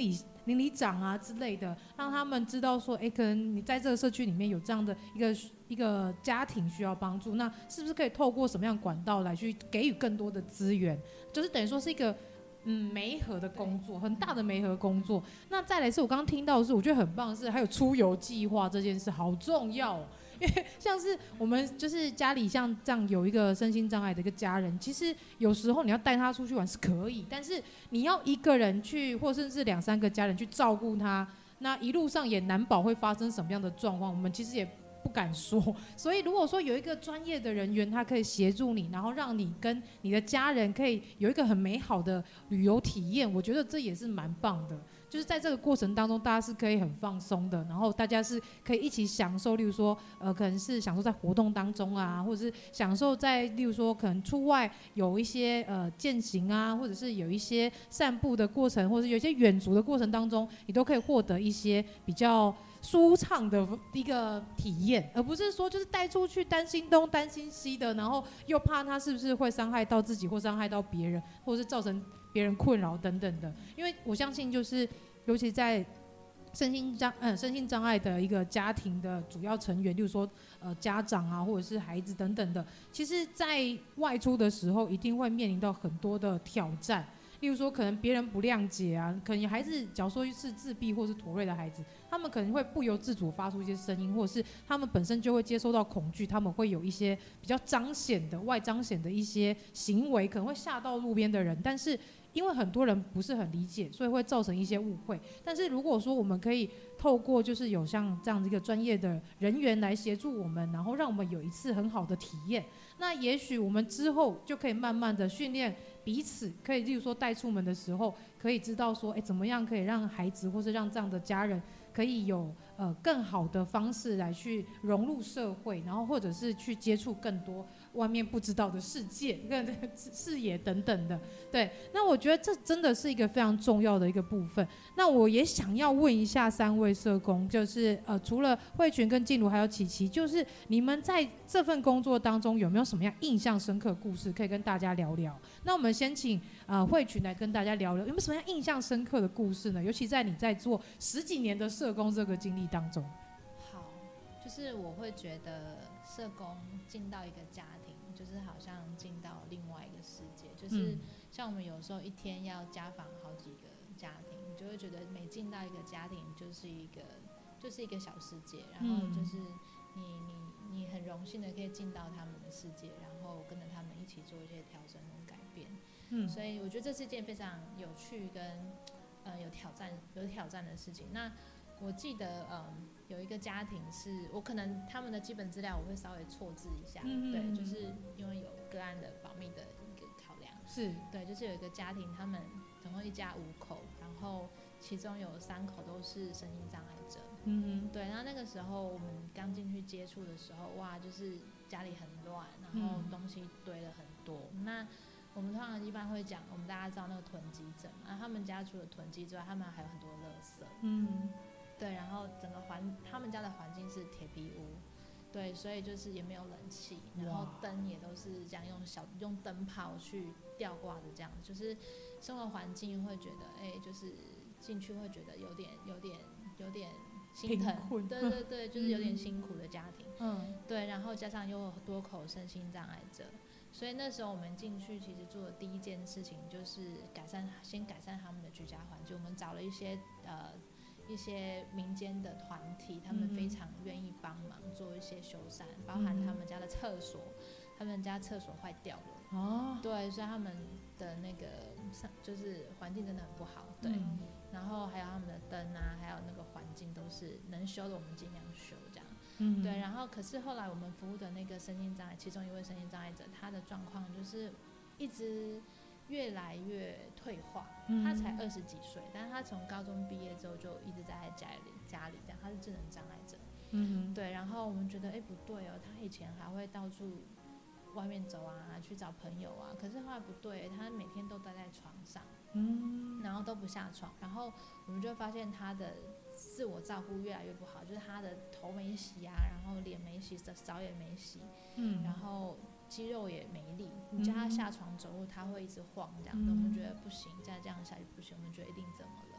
S1: 邻里长啊之类的，让他们知道说，哎，可能你在这个社区里面有这样的一个一个家庭需要帮助，那是不是可以透过什么样的管道来去给予更多的资源？就是等于说是一个嗯媒合的工作，很大的媒合工作。那再来是我刚刚听到的是，我觉得很棒的是，还有出游计划这件事好重要哦。因为像是我们就是家里像这样有一个身心障碍的一个家人，其实有时候你要带他出去玩是可以，但是你要一个人去，或甚至两三个家人去照顾他，那一路上也难保会发生什么样的状况，我们其实也不敢说。所以如果说有一个专业的人员，他可以协助你，然后让你跟你的家人可以有一个很美好的旅游体验，我觉得这也是蛮棒的。就是在这个过程当中，大家是可以很放松的，然后大家是可以一起享受，例如说，呃，可能是享受在活动当中啊，或者是享受在，例如说，可能出外有一些呃健行啊，或者是有一些散步的过程，或者是有一些远足的过程当中，你都可以获得一些比较舒畅的一个体验，而不是说就是带出去担心东担心西的，然后又怕他是不是会伤害到自己或伤害到别人，或者是造成别人困扰等等的。因为我相信就是尤其在身心障嗯身心障碍的一个家庭的主要成员，例如说呃家长啊，或者是孩子等等的，其实在外出的时候一定会面临到很多的挑战。例如说，可能别人不谅解啊，可能孩子，假如说是自闭或是妥瑞的孩子，他们可能会不由自主发出一些声音，或者是他们本身就会接收到恐惧，他们会有一些比较彰显的、外彰显的一些行为，可能会吓到路边的人。但是因为很多人不是很理解，所以会造成一些误会。但是如果说我们可以透过就是有像这样的一个专业的人员来协助我们，然后让我们有一次很好的体验，那也许我们之后就可以慢慢的训练彼此，可以例如说带出门的时候，可以知道说，哎，怎么样可以让孩子或是让这样的家人可以有呃更好的方式来去融入社会，然后或者是去接触更多外面不知道的世界、跟视野等等的。对，那我觉得这真的是一个非常重要的一个部分。那我也想要问一下三位社工，就是呃除了慧群跟静茹还有琪琪，就是你们在这份工作当中有没有什么样印象深刻的故事可以跟大家聊聊？那我们先请呃慧群来跟大家聊聊，有没有什么样印象深刻的故事呢？尤其在你在做十几年的社工这个经历当中。
S4: 好，就是我会觉得社工进到一个家庭，就是好像进到另外一个世界，就是像我们有时候一天要家访好几个家庭，你就会觉得每进到一个家庭就是一个就是一个小世界，然后就是你你你很荣幸的可以进到他们的世界，然后跟着他们一起做一些调整跟改变。嗯，所以我觉得这是一件非常有趣跟呃有挑战有挑战的事情。那我记得嗯有一个家庭是我可能他们的基本资料我会稍微错字一下，嗯、对，就是因为有个案的保密的一个考量，是对，就是有一个家庭他们总共一家五口，然后其中有三口都是身心障碍者，嗯哼，对，然后那个时候我们刚进去接触的时候，哇，就是家里很乱，然后东西堆了很多，嗯、那我们通常一般会讲，我们大家知道那个囤积症，啊，他们家除了囤积之外，他们还有很多垃圾，嗯，对，然后整个环，他们家的环境是铁皮屋，对，所以就是也没有冷气，然后灯也都是这样用小用灯泡去吊挂的这样，就是生活环境会觉得，哎，就是进去会觉得有点有点有点心疼，对对对，就是有点辛苦的家庭，嗯，对，然后加上又有多口身心障碍者。所以那时候我们进去，其实做的第一件事情就是改善，先改善他们的居家环境。我们找了一些呃一些民间的团体，他们非常愿意帮忙做一些修缮，包含他们家的厕所，他们家厕所坏掉了，哦，对，所以他们的那个就是环境真的很不好，对，嗯、然后还有他们的灯啊，还有那个环境都是能修的，我们尽量修这样。嗯，对，然后可是后来我们服务的那个身心障碍，其中一位身心障碍者，他的状况就是一直越来越退化。嗯、他才二十几岁，但是他从高中毕业之后就一直在家里家里这样，他是智能障碍者。嗯，对，然后我们觉得哎不对哦，他以前还会到处外面走啊，去找朋友啊，可是后来不对，他每天都待在床上，嗯，然后都不下床，然后我们就发现他的自我照顾越来越不好，就是他的头没洗啊，然后脸没洗，澡也没洗，嗯，然后肌肉也没力，你叫他下床走路，他会一直晃这样的，嗯、我们觉得不行，再这样下去不行，我们觉得一定怎么了，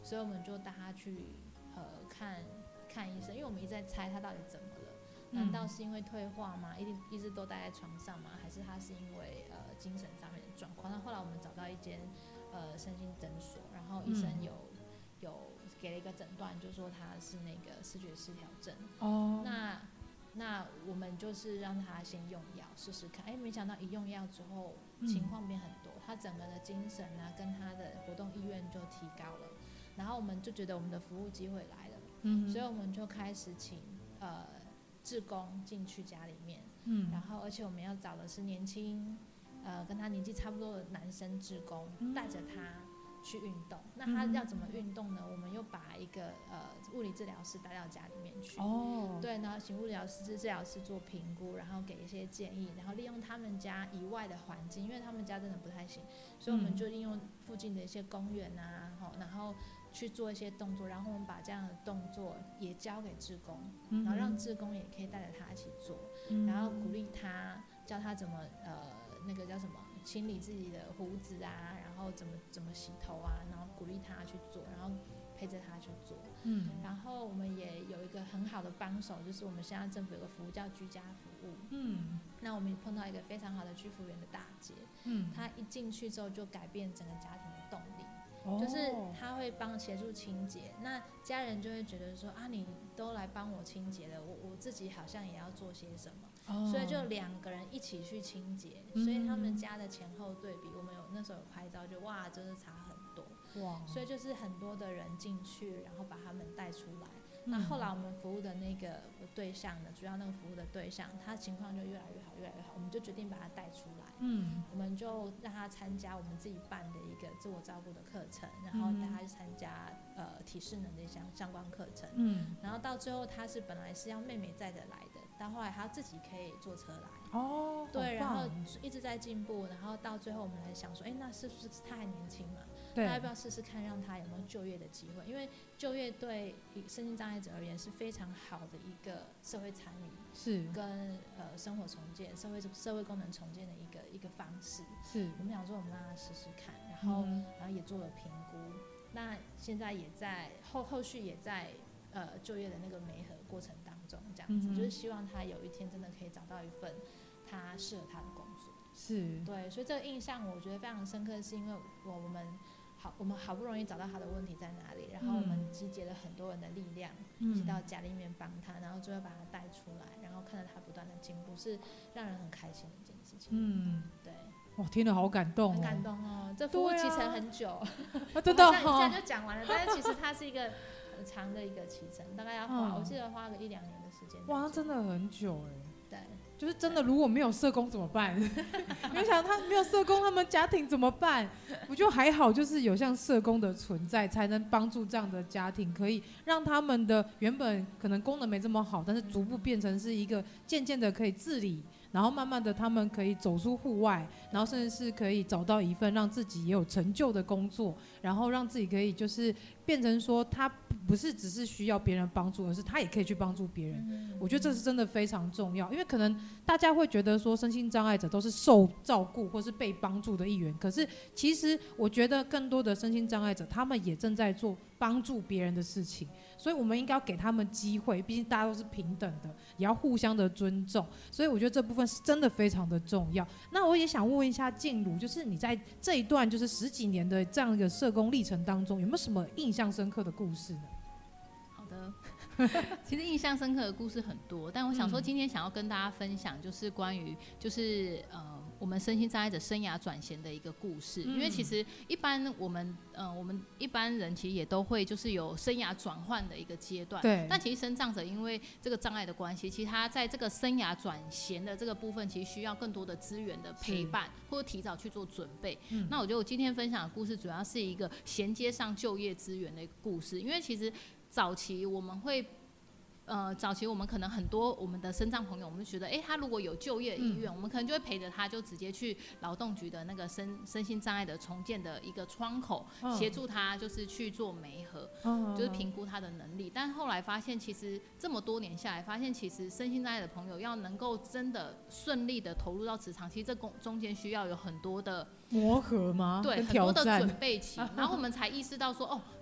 S4: 所以我们就带他去呃看看医生，因为我们一直在猜他到底怎么了。难道是因为退化吗？一定一直都待在床上吗？还是他是因为呃精神上面的状况？那后来我们找到一间呃身心诊所，然后医生有、嗯、有给了一个诊断，就说他是那个思觉失调症。哦，那那我们就是让他先用药试试看。哎，没想到一用药之后，情况变很多，嗯、他整个的精神啊跟他的活动意愿就提高了。然后我们就觉得我们的服务机会来了，嗯，所以我们就开始请呃。志工进去家里面，嗯，然后而且我们要找的是年轻，呃，跟他年纪差不多的男生志工，带着他去运动。那他要怎么运动呢？我们又把一个呃物理治疗师带到家里面去，哦，对，然后请物理疗师、治疗师做评估，然后给一些建议，然后利用他们家以外的环境，因为他们家真的不太行，所以我们就利用附近的一些公园啊，然后去做一些动作，然后我们把这样的动作也交给志工，嗯、然后让志工也可以带着他一起做，嗯、然后鼓励他，教他怎么呃那个叫什么清理自己的胡子啊，然后怎么怎么洗头啊，然后鼓励他去做，然后陪着他去做。嗯，然后我们也有一个很好的帮手，就是我们现在政府有个服务叫居家服务。嗯，那我们也碰到一个非常好的居服员的大姐，嗯，她一进去之后就改变整个家庭的动力。就是他会帮协助清洁，那家人就会觉得说啊，你都来帮我清洁了，我我自己好像也要做些什么，哦、所以就两个人一起去清洁，嗯、所以他们家的前后对比，我们有那时候有拍照，就哇，真的差很多，哇，所以就是很多的人进去，然后把他们带出来。那后来我们服务的那个对象呢，主要那个服务的对象，他情况就越来越好，越来越好，我们就决定把他带出来。嗯，我们就让他参加我们自己办的一个自我照顾的课程，然后带他去参加呃体适能的相相关课程。嗯，然后到最后他是本来是要妹妹载着来的，到后来他自己可以坐车来。哦，对，然后一直在进步，然后到最后我们来想说，哎，那是不是他还年轻嘛？那要不要试试看，让他有没有就业的机会？因为就业对身心障碍者而言是非常好的一个社会参与，是跟呃生活重建、社会社会功能重建的一个一个方式。是我们想说，我们让他试试看，然后、嗯、然后也做了评估。那现在也在后后续也在呃就业的那个媒合过程当中，这样子、嗯、就是希望他有一天真的可以找到一份他适合他的工作。是对，所以这个印象我觉得非常深刻，是因为我我们。好，我们好不容易找到他的问题在哪里，然后我们集结了很多人的力量，嗯、一起到家里面帮他，然后最后把他带出来，然后看到他不断的进步，是让人很开心的一件事情。嗯，对。
S1: 哇，听得好感动、哦，
S4: 很感动哦。这服务期程很久，
S1: 啊、真的、哦，
S4: 一下就讲完了。但是其实它是一个很长的一个期程，大概要花，嗯、我记得花个一两年的时间。
S1: 哇，真的很久哎。
S4: 对。
S1: 就是真的，如果没有社工怎么办？没想到他没有社工，他们家庭怎么办？我觉得还好，就是有像社工的存在，才能帮助这样的家庭，可以让他们的原本可能功能没这么好，但是逐步变成是一个渐渐的可以自理，然后慢慢的他们可以走出户外，然后甚至是可以找到一份让自己也有成就的工作，然后让自己可以就是变成说他不是只是需要别人帮助，而是他也可以去帮助别人。我觉得这是真的非常重要，因为可能大家会觉得说身心障碍者都是受照顾或是被帮助的一员，可是其实我觉得更多的身心障碍者他们也正在做帮助别人的事情，所以我们应该要给他们机会，毕竟大家都是平等的，也要互相的尊重，所以我觉得这部分是真的非常的重要。那我也想问一下静茹，就是你在这一段就是十几年的这样一个社工历程当中，有没有什么印象深刻的故事呢？
S2: 好的。其实印象深刻的故事很多，但我想说今天想要跟大家分享就是关于就是呃我们身心障碍者生涯转衔的一个故事、嗯、因为其实一般我们呃我们一般人其实也都会就是有生涯转换的一个阶段，对，但其实身障者因为这个障碍的关系，其实他在这个生涯转衔的这个部分其实需要更多的资源的陪伴或者提早去做准备、嗯、那我觉得我今天分享的故事主要是一个衔接上就业资源的一个故事，因为其实早期我们会，呃，早期我们可能很多我们的身障朋友，我们就觉得，哎、欸，他如果有就业意愿、嗯，我们可能就会陪着他，就直接去劳动局的那个身身心障碍的重建的一个窗口，协、哦、助他就是去做媒合、哦，就是评估他的能力。但后来发现，其实这么多年下来，发现其实身心障碍的朋友要能够真的顺利的投入到职场，其实这中间需要有很多的磨合吗？对，很多的准备期，然后我们才意识到说，哦，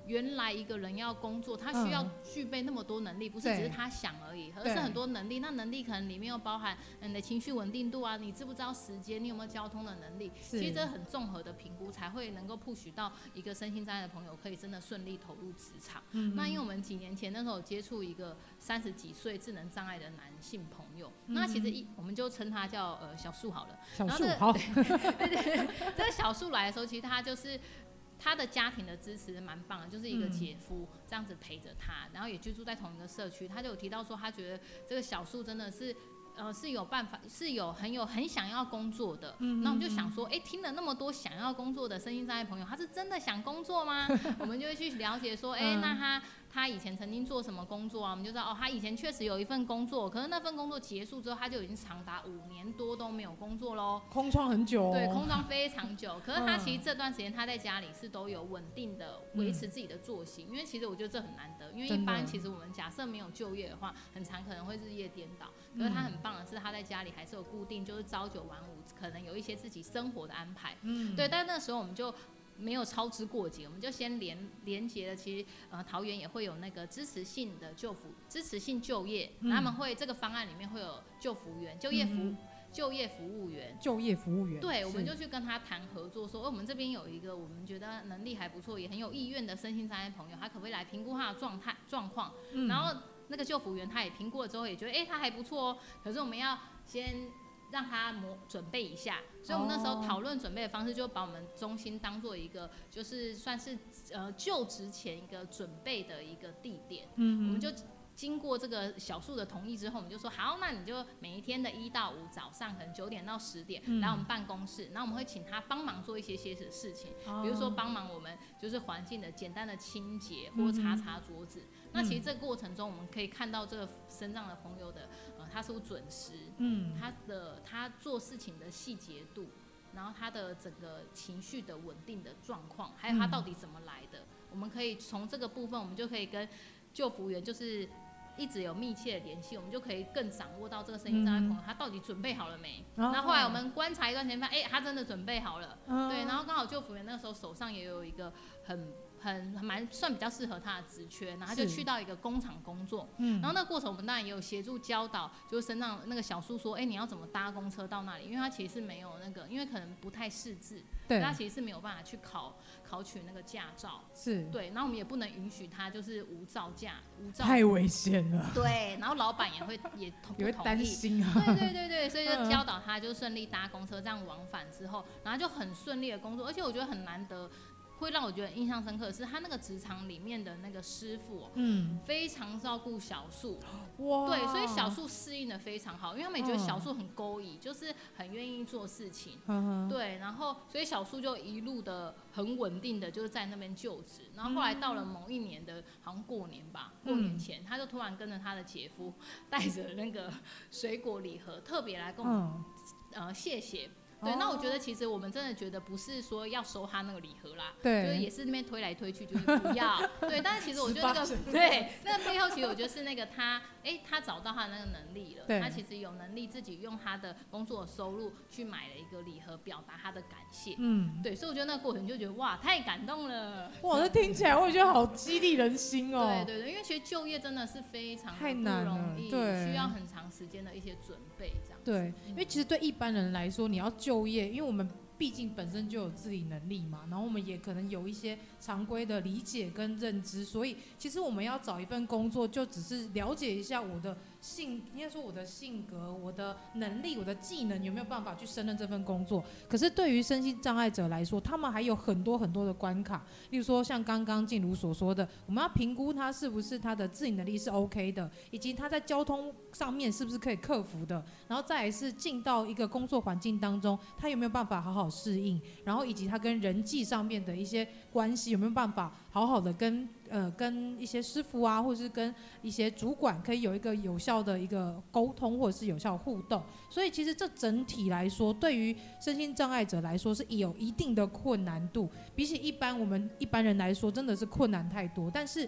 S2: 原来一个人要工作，他需要具备那么多能力，不是只是他想而已，而是很多能力。那能力可能里面又包含你的情绪稳定度啊，你知不知道时间，你有没有交通的能力？其实这很综合的评估，才会能够 push 到一个身心障碍的朋友可以真的顺利投入职场。嗯、那因为我们几年前那时候有接触一个三十几岁智能障碍的男性朋友，嗯、那其实一我们就称他叫呃小树好了。
S1: 小树好。
S2: 对对对，这个小树来的时候，其实他就是。他的家庭的支持蛮棒的，就是一个姐夫这样子陪着他，然后也居住在同一个社区。他就有提到说，他觉得这个小树真的是，呃，是有办法，是有很有很想要工作的。嗯，那我们就想说，哎，听了那么多想要工作的身心障碍朋友，他是真的想工作吗？我们就会去了解说，哎，那他。他以前曾经做什么工作啊？我们就知道哦，他以前确实有一份工作，可是那份工作结束之后，他就已经长达五年多都没有工作喽，
S1: 空窗很久、哦。
S2: 对，空窗非常久。可是他其实这段时间他在家里是都有稳定的维持自己的作息，嗯、因为其实我觉得这很难得，因为一般其实我们假设没有就业的话，很常可能会日夜颠倒。可是他很棒的是，他在家里还是有固定，就是朝九晚五，可能有一些自己生活的安排。嗯，对。但那时候我们就。没有操之过急，我们就先连连结了。其实呃，桃园也会有那个支持性的就服、支持性就业，嗯、他们会这个方案里面会有就服员、就业服、嗯、就业服务员、
S1: 就业服务员。
S2: 对，我们就去跟他谈合作，说，哦，我们这边有一个我们觉得能力还不错，也很有意愿的身心障碍朋友，他可不可以来评估他的状态状况？嗯、然后那个就服员他也评估了之后，也觉得，哎，他还不错哦。可是我们要先。让他模准备一下，所以我们那时候讨论准备的方式，就把我们中心当做一个，就是算是呃就职前一个准备的一个地点。嗯，我们就经过这个小树的同意之后，我们就说好，那你就每一天的一到五早上，可能九点到十点、嗯、来我们办公室，然后我们会请他帮忙做一些些事情，哦、比如说帮忙我们就是环境的简单的清洁或擦擦桌子。嗯、那其实这个过程中，我们可以看到这个身障的朋友的。他是不是准时？嗯，他的他做事情的细节度，然后他的整个情绪的稳定的状况，还有他到底怎么来的，嗯、我们可以从这个部分，我们就可以跟就服员就是一直有密切的联系，我们就可以更掌握到这个身心障碍朋友、嗯、他到底准备好了没？然后后来我们观察一段时间，发现哎，他真的准备好了。哦、对，然后刚好就服员那个时候手上也有一个很。很蛮算比较适合他的职缺，然后他就去到一个工厂工作，嗯，然后那个过程我们当然也有协助教导，就是身上那个小树说，哎、欸，你要怎么搭公车到那里？因为他其实是没有那个，因为可能不太识字，对，他其实是没有办法去考考取那个驾照，是对，然后我们也不能允许他就是无照驾，无照
S1: 太危险了，
S2: 对，然后老板也会也同
S1: 也会担心啊，
S2: 对对对对，所以就教导他就顺利搭公车，这样往返之后，然后就很顺利的工作，而且我觉得很难得。会让我觉得印象深刻的是，他那个职场里面的那个师傅、喔，嗯，非常照顾小树，哇，对，所以小树适应的非常好，因为他们也觉得小树很勾引，就是很愿意做事情，嗯、对，然后所以小树就一路的很稳定的就是在那边就职，然后后来到了某一年的，好像过年吧，过年前，嗯、他就突然跟着他的姐夫带着那个水果礼盒，特别来跟我们、嗯、呃谢谢。对，那我觉得其实我们真的觉得不是说要收他那个礼盒啦，对，就是也是那边推来推去，就是不要，对。但是其实我觉得那个对那个背后，其实我觉得是那个他，哎，他找到他的那个能力了，他其实有能力自己用他的工作的收入去买了一个礼盒，表达他的感谢。嗯，对，所以我觉得那个过程就觉得哇，太感动了。
S1: 哇，这听起来我也觉得好激励人心哦。
S2: 对对对，因为其实就业真的是非常太难了，对，需要很长时间的一些准备，这样。
S1: 对，因为其实对一般人来说，你要就业，因为我们毕竟本身就有自理能力嘛，然后我们也可能有一些常规的理解跟认知，所以其实我们要找一份工作，就只是了解一下我的性，应该说我的性格、我的能力、我的技能有没有办法去胜任这份工作。可是对于身心障碍者来说，他们还有很多很多的关卡，例如说像刚刚静茹所说的，我们要评估他是不是他的自理能力是 OK 的，以及他在交通上面是不是可以克服的，然后再来是进到一个工作环境当中，他有没有办法好好适应，然后以及他跟人际上面的一些关系有没有办法好好的跟呃跟一些师傅啊，或者是跟一些主管可以有一个有效的一个沟通，或者是有效的互动。所以其实这整体来说，对于身心障碍者来说是有一定的困难度，比起一般我们一般人来说真的是困难太多。但是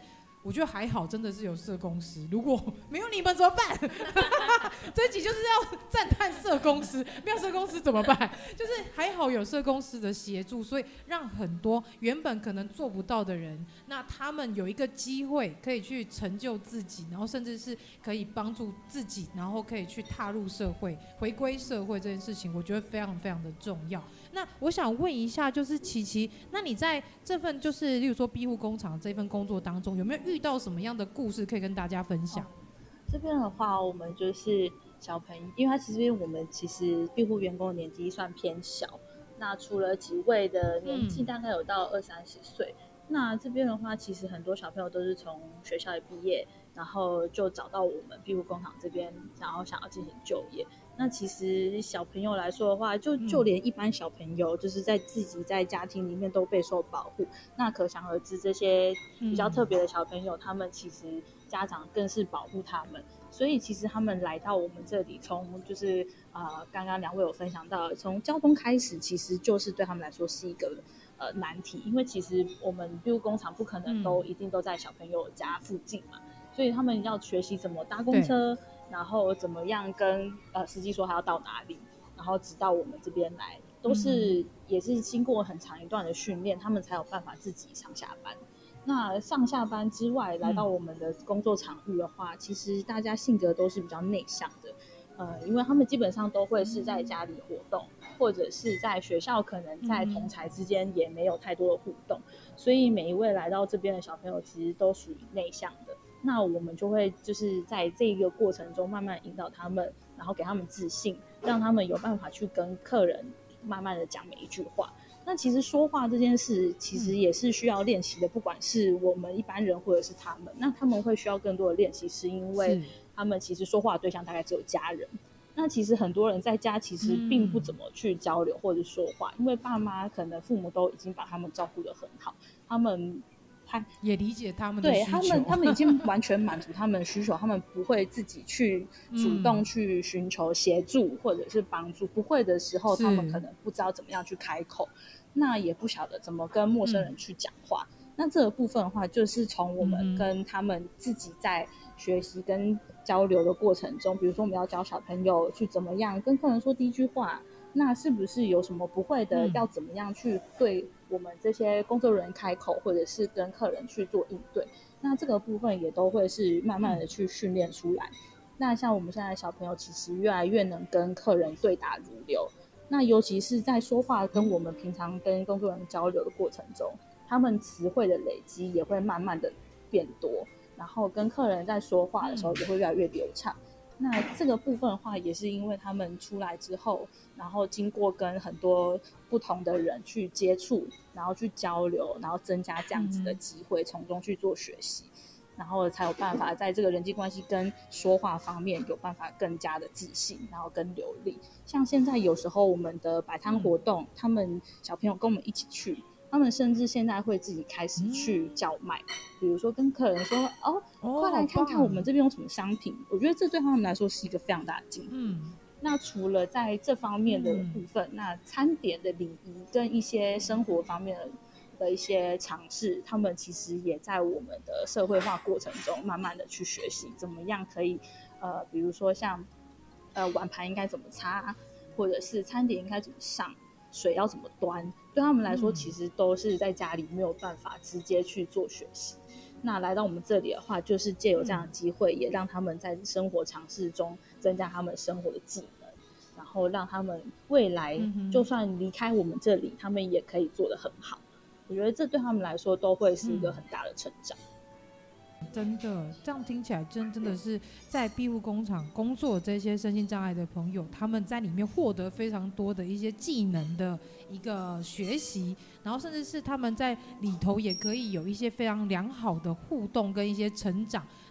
S1: 我觉得还好，真的是有社工师。如果没有你们怎么办？这一集就是要赞叹社工师，没有社工师怎么办？就是还好有社工师的协助，所以让很多原本可能做不到的人，那他们有一个机会可以去成就自己，然后甚至是可以帮助自己，然后可以去踏入社会、回归社会这件事情，我觉得非常非常的重要。那我想问一下，就是琪琪，那你在这份就是例如说庇护工厂这份工作当中，有没有遇到什么样的故事可以跟大家分享？哦、
S5: 这边的话，我们就是小朋友，因为他其实我们其实庇护员工的年纪算偏小，那除了几位的年纪大概有到二三十岁，嗯、那这边的话，其实很多小朋友都是从学校里毕业，然后就找到我们庇护工厂这边，然后想要进行就业。那其实小朋友来说的话，就就连一般小朋友，就是在自己在家庭里面都备受保护。那可想而知，这些比较特别的小朋友，他们其实家长更是保护他们。所以其实他们来到我们这里，从就是呃刚刚两位有分享到，从交通开始，其实就是对他们来说是一个呃难题，因为其实我们庇护工厂不可能都一定都在小朋友家附近嘛，所以他们要学习怎么搭公车。然后怎么样跟呃司机说他要到哪里，然后直到我们这边来，都是、嗯、也是经过很长一段的训练，他们才有办法自己上下班。那上下班之外，来到我们的工作场域的话，嗯、其实大家性格都是比较内向的，呃，因为他们基本上都会是在家里活动，或者是在学校，可能在同侪之间也没有太多的互动，嗯、所以每一位来到这边的小朋友，其实都属于内向的。那我们就会就是在这个过程中慢慢引导他们，然后给他们自信，让他们有办法去跟客人慢慢的讲每一句话。那其实说话这件事其实也是需要练习的，不管是我们一般人或者是他们，那他们会需要更多的练习，是因为他们其实说话的对象大概只有家人。那其实很多人在家其实并不怎么去交流或者说话，因为爸妈可能父母都已经把他们照顾得很好，他们
S1: 也理解他们的需求，
S5: 对他们，他们已经完全满足他们的需求，他们不会自己去主动去寻求协助或者是帮助，嗯、不会的时候，他们可能不知道怎么样去开口，那也不晓得怎么跟陌生人去讲话。嗯、那这个部分的话，就是从我们跟他们自己在学习跟交流的过程中，比如说我们要教小朋友去怎么样跟客人说第一句话。那是不是有什么不会的，嗯、要怎么样去对我们这些工作人员开口，或者是跟客人去做应对？那这个部分也都会是慢慢的去训练出来。嗯、那像我们现在小朋友其实越来越能跟客人对答如流，那尤其是在说话跟我们平常跟工作人员交流的过程中，他们词汇的累积也会慢慢的变多，然后跟客人在说话的时候也会越来越流畅。嗯那这个部分的话，也是因为他们出来之后，然后经过跟很多不同的人去接触，然后去交流，然后增加这样子的机会，从中去做学习，然后才有办法在这个人际关系跟说话方面有办法更加的自信，然后更流利。像现在有时候我们的摆摊活动，他们小朋友跟我们一起去。他们甚至现在会自己开始去叫卖，嗯、比如说跟客人说哦，哦快来看看我们这边有什么商品。我觉得这对他们来说是一个非常大的进步。嗯、那除了在这方面的部分，嗯、那餐点的礼仪跟一些生活方面的的一些尝试，他们其实也在我们的社会化过程中慢慢的去学习怎么样可以呃，比如说像呃碗盘应该怎么擦，或者是餐点应该怎么上，水要怎么端。对他们来说，其实都是在家里没有办法直接去做学习。那来到我们这里的话，就是借由这样的机会，也让他们在生活尝试中增加他们生活的技能，然后让他们未来就算离开我们这里，他们也可以做得很好。我觉得这对他们来说都会是一个很大的成长。
S1: 真的，这样听起来真真的是在庇护工厂工作这些身心障碍的朋友，他们在里面获得非常多的一些技能的一个学习，然后甚至是他们在里头也可以有一些非常良好的互动跟一些成长，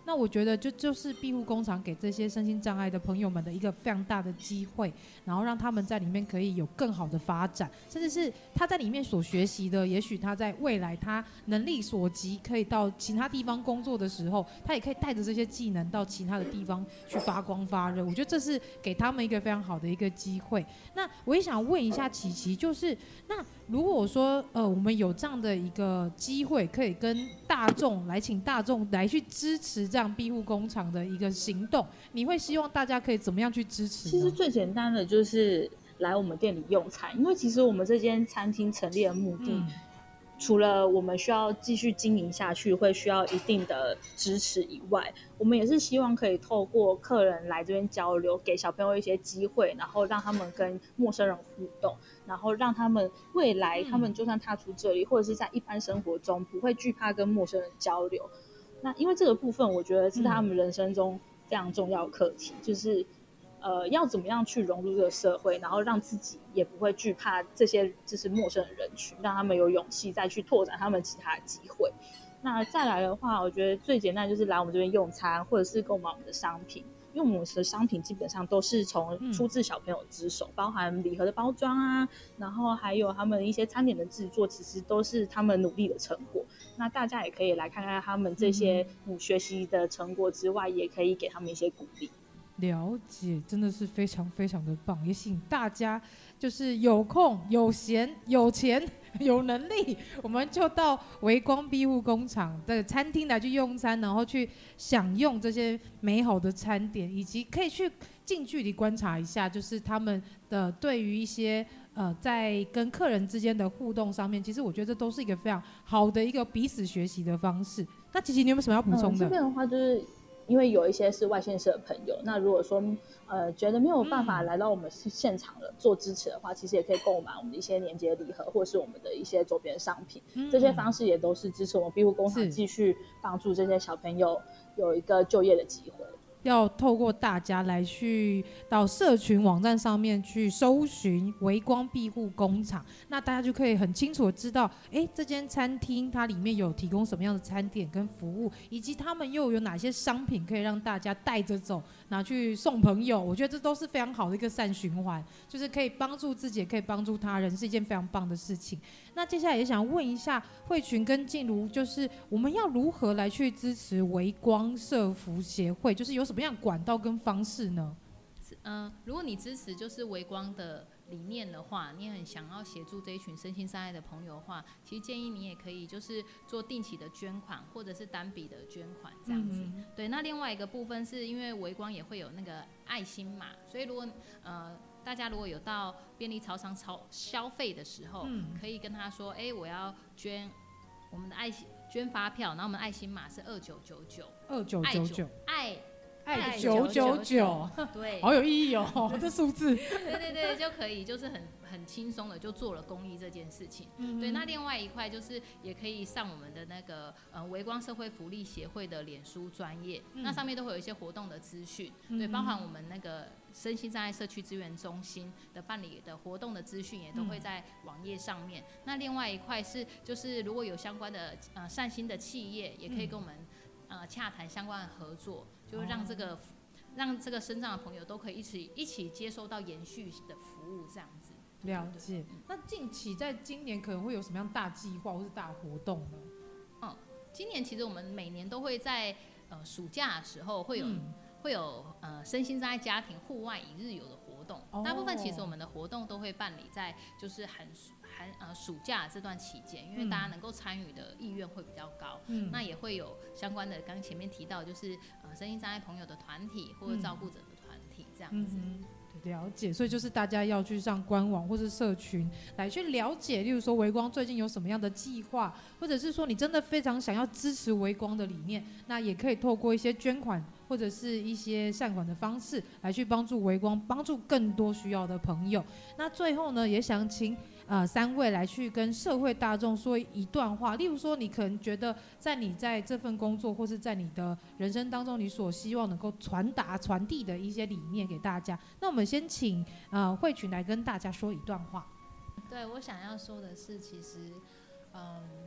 S1: 那我觉得就就是庇护工厂给这些身心障碍的朋友们的一个非常大的机会，然后让他们在里面可以有更好的发展，甚至是他在里面所学习的，也许他在未来他能力所及，可以到其他地方工作的时候，他也可以带着这些技能到其他的地方去发光发热。我觉得这是给他们一个非常好的一个机会。那我也想问一下琪琪，就是那如果说呃我们有这样的一个机会，可以跟大众来请大众来去支持这样庇护工厂的一个行动，你会希望大家可以怎么样去支持呢？
S5: 其实最简单的就是来我们店里用餐，因为其实我们这间餐厅成立的目的、嗯除了我们需要继续经营下去会需要一定的支持以外，我们也是希望可以透过客人来这边交流，给小朋友一些机会，然后让他们跟陌生人互动，然后让他们未来他们就算踏出这里、嗯、或者是在一般生活中不会惧怕跟陌生人交流。那因为这个部分我觉得是他们人生中非常重要的课题、嗯、就是呃，要怎么样去融入这个社会，然后让自己也不会惧怕这些就是陌生的人群，让他们有勇气再去拓展他们其他的机会。那再来的话，我觉得最简单就是来我们这边用餐，或者是购买我们的商品，因为我们的商品基本上都是从出自小朋友之手、嗯、包含礼盒的包装啊，然后还有他们一些餐点的制作，其实都是他们努力的成果。那大家也可以来看看他们这些学习的成果之外、嗯、也可以给他们一些鼓励。
S1: 了解，真的是非常非常的棒，也请大家就是有空有闲有钱有能力，我们就到微光庇护工厂的餐厅来去用餐，然后去享用这些美好的餐点，以及可以去近距离观察一下，就是他们的对于一些呃在跟客人之间的互动上面，其实我觉得这都是一个非常好的一个彼此学习的方式。那琪琪你有没有什么要补充的？
S5: 嗯、这边的话就是因为有一些是外县市的朋友，那如果说呃觉得没有办法来到我们现场了、嗯、做支持的话，其实也可以购买我们的一些年节礼盒，或是我们的一些周边商品、嗯、这些方式也都是支持我们庇护工厂继续帮助这些小朋友有一个就业的机会。
S1: 要透过大家来去到社群网站上面去搜寻微光庇护工厂，那大家就可以很清楚的知道，哎，这间餐厅它里面有提供什么样的餐点跟服务，以及他们又有哪些商品可以让大家带着走，拿去送朋友。我觉得这都是非常好的一个善循环，就是可以帮助自己，也可以帮助他人，是一件非常棒的事情。那接下来也想问一下慧群跟静茹，就是我们要如何来去支持微光社福协会，就是有什么样的管道跟方式呢？
S2: 呃，如果你支持就是微光的理念的话，你很想要协助这一群身心障碍的朋友的话，其实建议你也可以就是做定期的捐款，或者是单笔的捐款这样子、嗯、对。那另外一个部分是因为微光也会有那个爱心码，所以如果呃大家如果有到便利超商超消费的时候、嗯、可以跟他说，哎，我要捐我们的爱心捐发票，然后我们爱心码是二九九九
S1: 二九九九
S2: 爱
S1: 爱九九九，
S2: 对，
S1: 好有意义哦，这数字。
S2: 对对对，就可以，就是很很轻松的就做了公益这件事情。嗯、对，那另外一块就是也可以上我们的那个呃微光社会福利协会的脸书专页、嗯，那上面都会有一些活动的资讯、嗯，对，包含我们那个身心障碍社区资源中心的办理的活动的资讯也都会在网页上面。嗯、那另外一块是就是如果有相关的呃善心的企业，也可以跟我们、嗯、呃洽谈相关的合作。就是让这个、哦、让这个身障的朋友都可以一起一起接收到延续的服务，这样子。
S1: 了解。那近期在今年可能会有什么样大计划或是大活动呢？
S2: 嗯，今年其实我们每年都会在呃暑假的时候会有、嗯、会有呃身心障碍家庭户外一日游的活动、哦，大部分其实我们的活动都会办理在就是寒寒呃暑假这段期间，因为大家能够参与的意愿会比较高、嗯，那也会有相关的刚前面提到就是呃身心障碍朋友的团体或者照顾者的团体这样子。嗯，
S1: 了解，所以就是大家要去上官网或是社群来去了解，例如说微光最近有什么样的计划，或者是说你真的非常想要支持微光的理念，那也可以透过一些捐款或者是一些善款的方式来去帮助微光，帮助更多需要的朋友。那最后呢，也想请呃三位来去跟社会大众说一段话，例如说你可能觉得在你在这份工作或是在你的人生当中，你所希望能够传达传递的一些理念给大家。那我们先请呃慧群来跟大家说一段话。
S4: 对，我想要说的是，其实嗯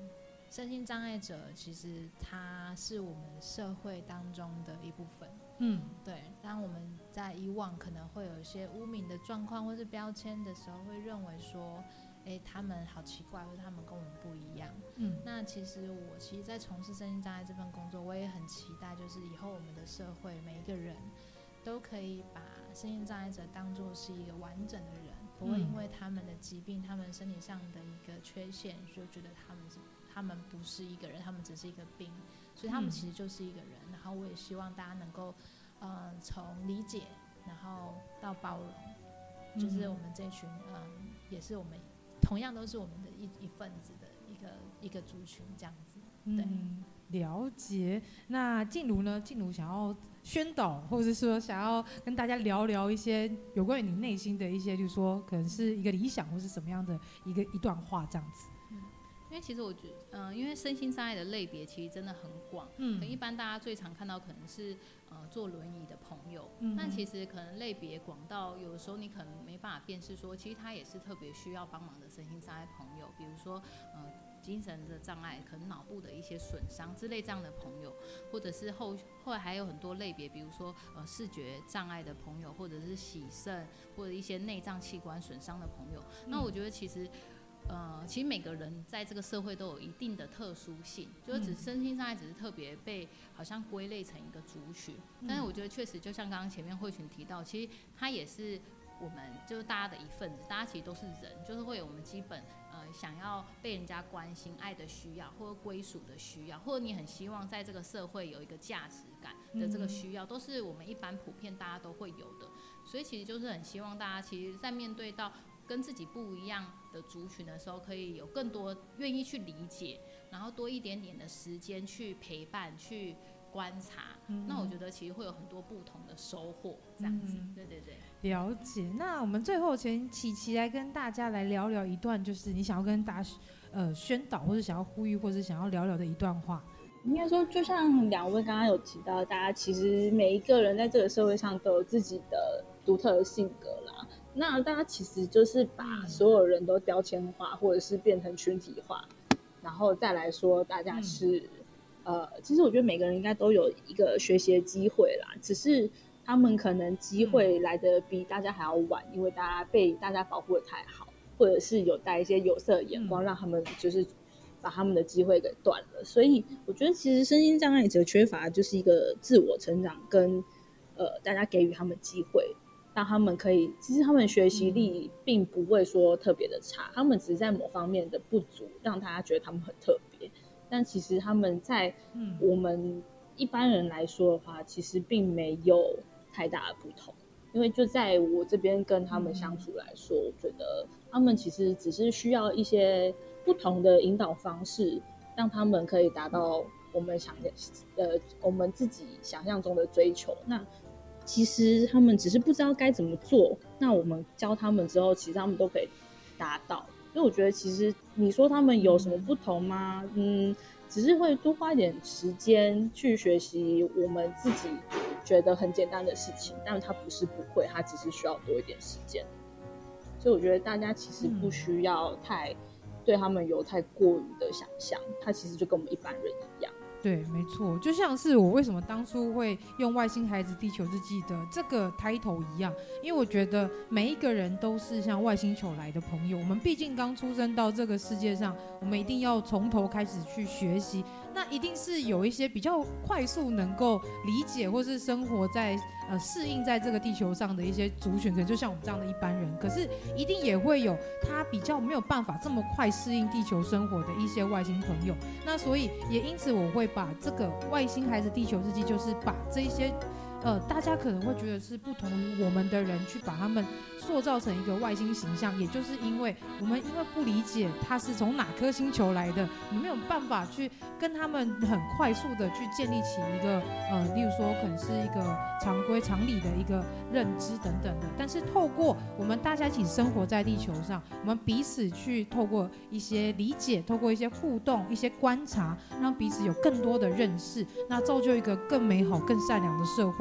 S4: 身心障碍者其实他是我们社会当中的一部分。
S1: 嗯，
S4: 对。当我们在以往可能会有一些污名的状况或是标签的时候，会认为说，哎，他们好奇怪，或者他们跟我们不一样。
S1: 嗯，
S4: 那其实我其实，在从事身心障碍这份工作，我也很期待，就是以后我们的社会每一个人都可以把身心障碍者当作是一个完整的人，不会因为他们的疾病、他们身体上的一个缺陷，就觉得他们是他们不是一个人，他们只是一个病，所以他们其实就是一个人。然后我也希望大家能够，呃，从理解，然后到包容，就是我们这群，嗯，也是我们同样都是我们的一一份子的一个一个族群这样子。对。
S1: 嗯，了解。那静茹呢？静茹想要宣导，或者说想要跟大家聊聊一些有关于你内心的一些，就是说可能是一个理想，或是什么样的一个一段话这样子。
S2: 嗯，因为其实我觉得，嗯、呃，因为身心障碍的类别其实真的很广。嗯，一般大家最常看到可能是呃坐轮椅的朋友，嗯，但其实可能类别广到有的时候你可能没办法辨识说，其实他也是特别需要帮忙的身心障碍朋友，比如说呃。精神的障碍，可能脑部的一些损伤之类这样的朋友，或者是后后来还有很多类别，比如说呃视觉障碍的朋友，或者是洗肾或者一些内脏器官损伤的朋友。嗯、那我觉得其实呃，其实每个人在这个社会都有一定的特殊性，就是只身心障碍只是特别被好像归类成一个族群，但是我觉得确实就像刚刚前面慧群提到，其实它也是我们就是大家的一份子，大家其实都是人，就是会有我们基本呃想要被人家关心、爱的需要，或者归属的需要，或者你很希望在这个社会有一个价值感的这个需要，都是我们一般普遍大家都会有的。所以其实就是很希望大家其实在面对到跟自己不一样的族群的时候，可以有更多愿意去理解，然后多一点点的时间去陪伴、去观察。嗯、那我觉得其实会有很多不同的收获，这样子。嗯、对对对，
S1: 了解。那我们最后请琪琪来跟大家来聊聊一段，就是你想要跟大家呃宣导，或者想要呼吁，或者想要聊聊的一段话。
S5: 应该说，就像两位刚刚有提到，大家其实每一个人在这个社会上都有自己的独特的性格啦。那大家其实就是把所有人都标签化，或者是变成群体化，然后再来说大家是、嗯、呃，其实我觉得每个人应该都有一个学习的机会啦，只是他们可能机会来得比大家还要晚，因为大家被大家保护得太好，或者是有带一些有色的眼光，让他们就是把他们的机会给断了。所以我觉得其实身心障碍者缺乏就是一个自我成长跟呃大家给予他们机会，让他们可以，其实他们学习力并不会说特别的差，他们只是在某方面的不足让大家觉得他们很特别，但其实他们在我们一般人来说的话，其实并没有太大的不同。因为就在我这边跟他们相处来说，我觉得他们其实只是需要一些不同的引导方式，让他们可以达到我们想呃我们自己想象中的追求。那其实他们只是不知道该怎么做，那我们教他们之后，其实他们都可以达到。所以我觉得其实你说他们有什么不同吗？嗯，只是会多花一点时间去学习我们自己觉得很简单的事情，但他不是不会，他只是需要多一点时间。所以我觉得大家其实不需要太、嗯、对他们有太过于的想象，他其实就跟我们一般人一样。
S1: 对，没错，就像是我为什么当初会用外星孩子地球日记的这个 title 一样，因为我觉得每一个人都是像外星球来的朋友，我们毕竟刚出生到这个世界上，我们一定要从头开始去学习，那一定是有一些比较快速能够理解或是生活在呃适应在这个地球上的一些族群，可能就像我们这样的一般人，可是一定也会有他比较没有办法这么快适应地球生活的一些外星朋友，那所以也因此我会把这个外星孩子地球日记，就是把这一些呃，大家可能会觉得是不同于我们的人，去把他们塑造成一个外星形象，也就是因为我们因为不理解他是从哪颗星球来的，你没有办法去跟他们很快速的去建立起一个呃，例如说可能是一个常规常理的一个认知等等的。但是透过我们大家一起生活在地球上，我们彼此去透过一些理解，透过一些互动、一些观察，让彼此有更多的认识，那造就一个更美好、更善良的社会。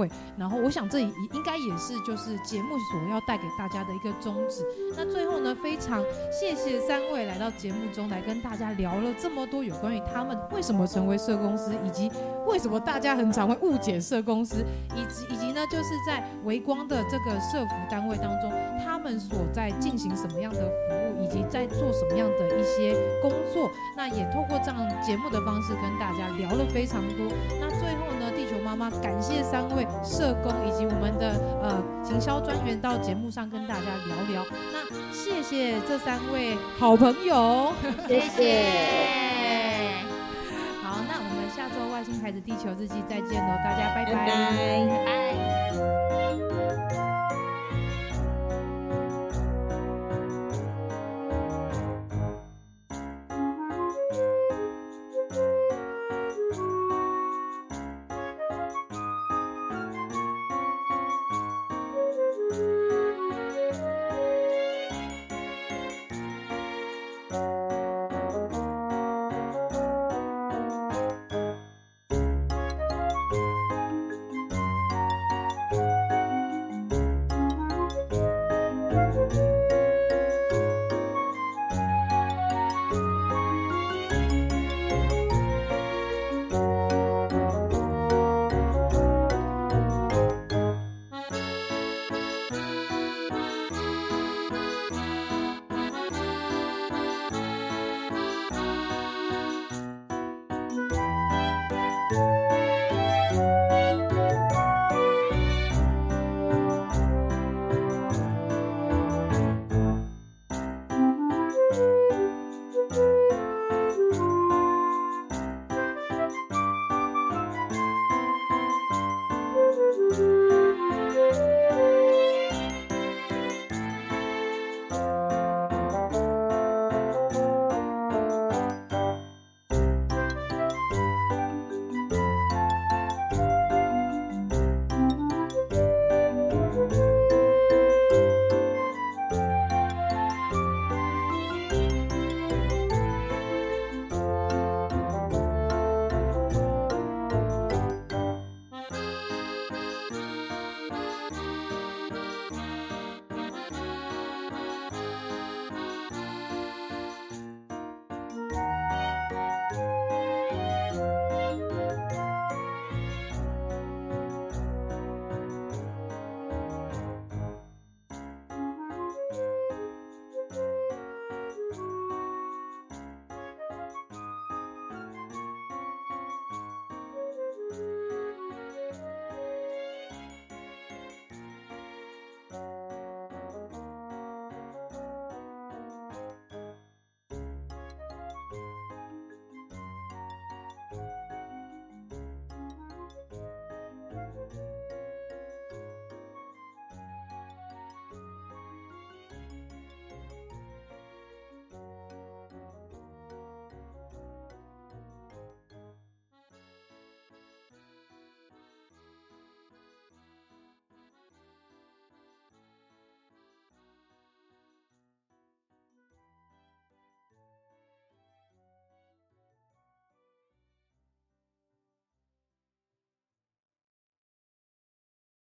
S1: 会，然后我想这应该也是就是节目所要带给大家的一个宗旨。那最后呢，非常谢谢三位来到节目中来跟大家聊了这么多有关于他们为什么成为社公司，以及为什么大家很常会误解社公司，以及以及呢就是在微光的这个社服单位当中，他们所在进行什么样的服务，以及在做什么样的一些工作。那也透过这样节目的方式跟大家聊了非常多。那最后呢，地球妈妈感谢三位社工以及我们的呃行销专员到节目上跟大家聊聊。那谢谢这三位好朋友，
S5: 谢谢。
S1: 好，那我们下周外星孩子地球日记再见喽，大家拜拜，
S5: 拜拜。
S2: 拜拜。